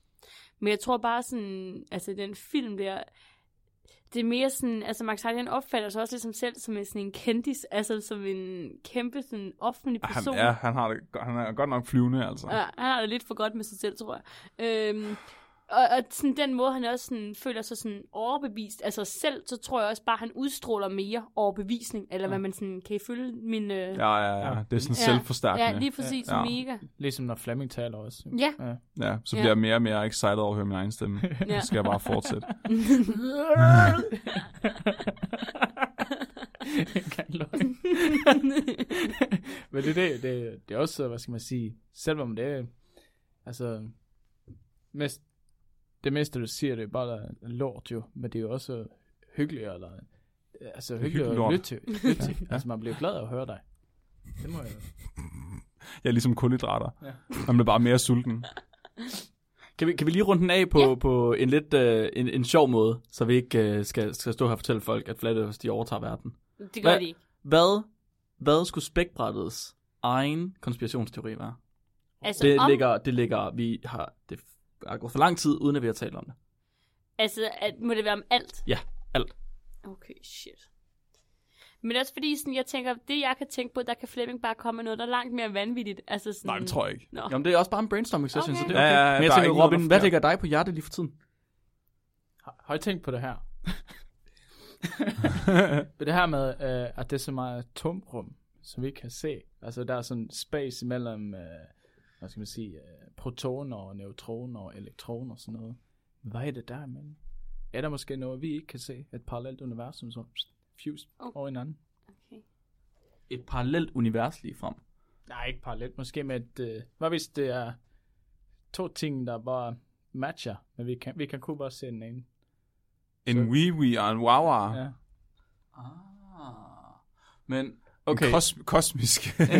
Men jeg tror bare sådan, altså den film der, det er mere sådan, altså Max Hardy, han opfatter sig også ligesom selv som en, sådan en kendis, altså som en kæmpe sådan offentlig Han, person. er, han, har det, han er godt nok flyvende, altså. Ja, han har det lidt for godt med sig selv, tror jeg. Øhm, og, og sådan den måde, han også sådan, føler sig sådan overbevist af sig selv, så tror jeg også bare, at han udstråler mere overbevisning, eller ja. hvad man sådan, kan I følge min... Øh... Ja, ja, ja. Det er sådan Ja. selvforstærkende. Ja, lige præcis, Ja. ja. mega. Ligesom når Flemming taler også. Ja. Ja. Ja, så Ja. bliver jeg mere og mere excited over at høre min egen stemme. Ja. Så skal jeg bare fortsætte. Kan løgn. Men det, det, det, det er også, hvad skal man sige, selvom det er, altså, mest, det meste, du siger, det er bare lort jo, men det er jo også hyggeligt, eller, altså hyggeligt hyggeligt at lort. lytte til. Lytte til. Altså, man bliver glad af at høre dig. Det må jeg Jeg er ligesom kulhydrater. Ja. Man bliver bare mere sulten. Kan vi, kan vi lige runde den af på, Ja. på en lidt uh, en, en sjov måde, så vi ikke uh, skal, skal stå her og fortælle folk, at Flat Earthers, de overtager verden. Det gør Hvad? de ikke. Hvad, hvad skulle spækbrættets egen konspirationsteori være? Altså, Det om, ligger, det ligger, vi har, det har gået for lang tid, uden at vi har talt om det. altså at, må det være om alt? Ja, alt. Okay, shit. Men også fordi, sådan, jeg tænker, det jeg kan tænke på, der kan Flemming bare komme med noget, der er langt mere vanvittigt. Altså sådan, Nej, det tror jeg ikke. Nå. Jamen, det er også bare en brainstorming session, Okay. så det er okay. Ja, ja, ja, Men jeg der er tænker, ikke noget, Robin, der hvad sker. ligger dig på hjertet lige for tiden? Har, har I tænkt på det her? det her med, øh, at det er så meget tomrum, som vi ikke kan se. Altså, der er sådan space imellem, øh, hvad skal man sige, øh, protoner og neutroner og elektroner og sådan noget. Hvad er det der imellem? Er der måske noget, vi ikke kan se? Et parallelt universum, så pst, fuse Okay. over hinanden? Okay. Et parallelt univers lige frem. Nej, ikke parallelt. Måske med et, øh, hvad hvis det er to ting, der bare matcher, men vi kan, vi kan kun bare se den ene. En wee-wee og en wawa. Ja. Ah. Men, Okay. okay. En kos- kosmisk.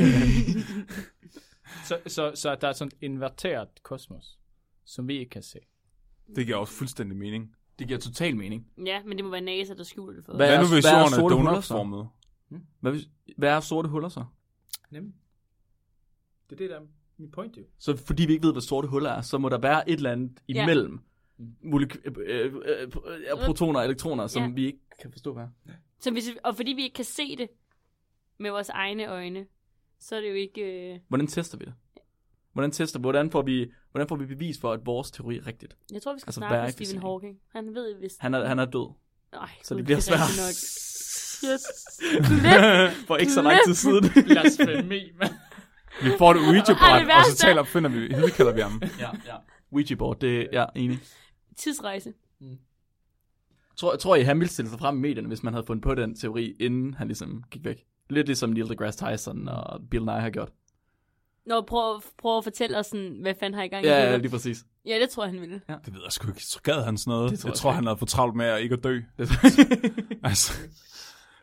Så, så, så der er sådan et inverteret kosmos, som vi ikke kan se. Det giver også fuldstændig mening. Det giver total mening. Ja, men det må være NASA, der skjuler det for os. Hvad Hvad er- nu hvis hvad er jorden er sorte huller så? donutformet? Hvad, hvis, hvad er sorte huller så? Nemlig. Det er det, der er min point, jo. Så fordi vi ikke ved, hvad sorte huller er, så må der være et eller andet Ja. imellem molek- øh, øh, øh, øh, protoner og elektroner, som Ja. vi ikke kan forstå, hvad er. Så hvis, og fordi vi ikke kan se det med vores egne øjne, så er det jo ikke... Øh... Hvordan tester vi det? Hvordan tester hvordan får vi hvordan får vi bevis for, at vores teori er rigtigt? Jeg tror, vi skal Altså, snakke med verificering. Stephen Hawking. Han ved jo vist... Han er, han er død. Ej, Så gud, det bliver er svært. rigtigt nok. Yes. For ikke så lang tid siden. Blasfemi, mand. Vi får det Ej, Ouija-bræt, det og så værste. taler, finder vi, hvad kalder vi ham? ja, ja. Ouija-board, det er jeg enig. Tidsrejse. Tror, tror I, han ville stille sig frem i medierne, hvis man havde fundet på den teori, inden han ligesom gik væk? Lidt ligesom Neil deGrasse Tyson og Bill Nye har gjort. Nå, prøv, prøv at fortælle os, sådan, hvad fanden har I gang i? Ja, det? ja, lige præcis. Ja, det tror jeg, han ville. Det ved jeg sgu ikke. Så gad han sådan noget. Det tror jeg jeg tror, sgu han havde for travlt med at ikke at dø. Det, Altså,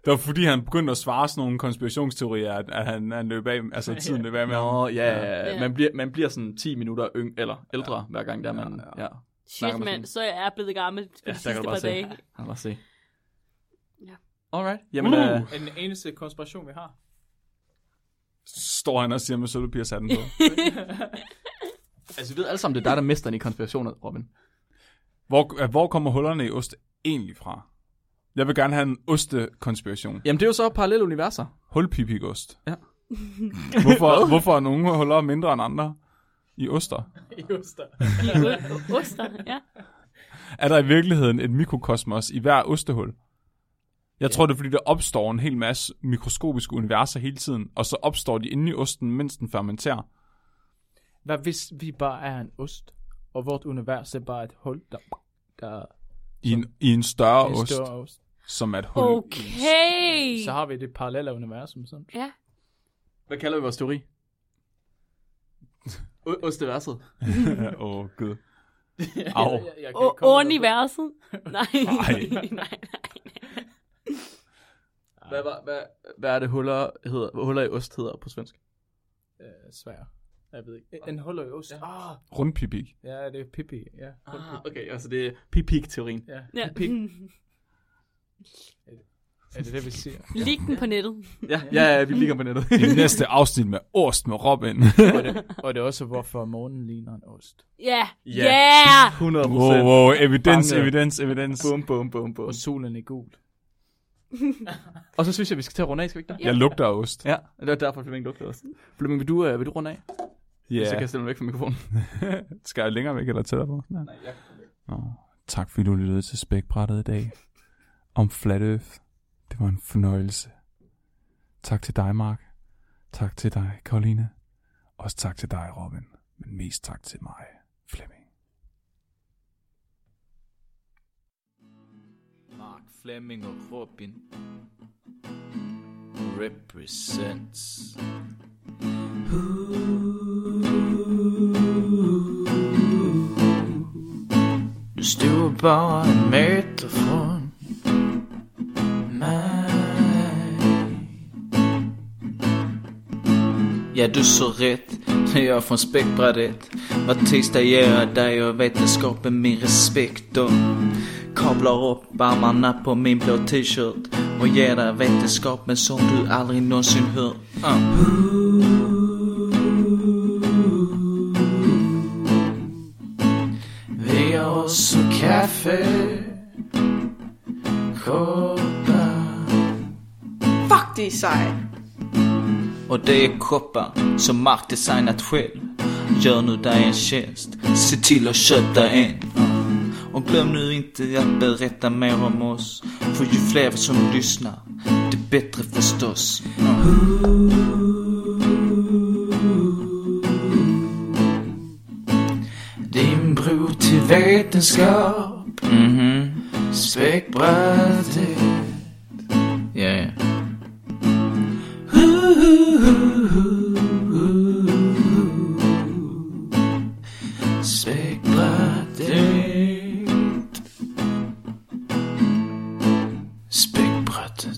Det var fordi, han begyndte at svare sådan nogle konspirationsteorier, at, at han, han løb af, altså tiden løb af med ham. Nå, ja, ja, ja. Man bliver, man bliver sådan ti minutter yng, eller ældre, ja. hver gang der man, ja. ja. Shit, mand, så er jeg blevet gammel på ja, de sidste par dage. Jeg kan bare se. Ja. Alright. Jamen, uh, uh, den eneste konspiration, vi har. Står han og siger med sølvpapirshatten på. altså, vi ved alle sammen, det er dig, der mister den i konspirationer, Robin. Hvor, hvor kommer hullerne i ost egentlig fra? Jeg vil gerne have en ostekonspiration. Jamen, det er jo så parallelle universer. Hulpipikost. Ja. hvorfor, hvorfor er nogle huller mindre end andre i oster? I oster. I oster, ja. Er der i virkeligheden et mikrokosmos i hver ostehul? Jeg ja. tror, det er, fordi der opstår en hel masse mikroskopiske universer hele tiden, og så opstår de inde i osten, mens den fermenterer. Hvad hvis vi bare er en ost, og vort univers er bare et hul, der... der I en, i en større en ost, større ost, som er et hul. Okay. Så har vi det parallelle universum. Sådan. Ja. Hvad kalder vi vores teori? O- Osteverset. Åh, oh, gud. Au. O- universet. Nej. Nej. nej, nej. Hvad, hvad, hvad, hvad er det huller, hedder, huller i ost hedder på svensk? Øh, svær. Jeg ved ikke. En huller i ost. Ja. Ah. Rundpipik. Ja, det er pipi. Ja. Ah, okay, altså det er pipik-teorien. Ja. Ja. Pipik. Er det det, vi siger? Lig den på nettet. Ja, ja, ja, vi ligger på nettet. I næste afsnit med ost med Robin. og, det, og det er også, hvorfor månen ligner en ost. Ja. Ja. Yeah. hundrede Wow, procent. wow, evidens, Fanget. evidens, evidens. Bum, bum, bum, bum. Og solen er gul. Og så synes jeg, vi skal til at runde af, skal vi ikke det? Jeg lugter af ost. Ja, det er derfor, Flemming lugter ost. Flemming, vil du, uh, vil du runde af? Ja. Så kan jeg stille mig væk fra mikrofonen. Skal jeg længere væk eller tættere på? Ja. Nej, jeg Nå, tak fordi du lyttede til Spækbrættet i dag. Om Flat Earth. Det var en fornøjelse. Tak til dig, Mark. Tak til dig, Karoline. Også tak til dig, Robin. Men mest tak til mig, Flemming. Mark, Flemming og Robin represents. Du stod bare en meter fra mig. Ja, du så rätt. Jag är från Späckbrädet. Var tisdag ger jag dig och vetenskapen min respekt och kablar upp armarna på min blå t-shirt och ger dig vetenskapen som du aldrig någonsin hört. Uh. Vi har också kaffe, koppar. Fuck, det är sej. Och det är koppar som Mark designat själv. Gör nu dig en tjänst, se till att köpa en. Och glöm nu inte att berätta mer om oss. För ju fler som lyssnar, det bättre förstås. Din bro till vetenskap. Mhm. Späckbrädet. Ja, ja. Späckbrädet. Späckbrädet.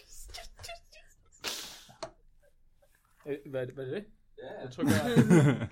Hvad er det? Hvad er det? Jeg tror, jeg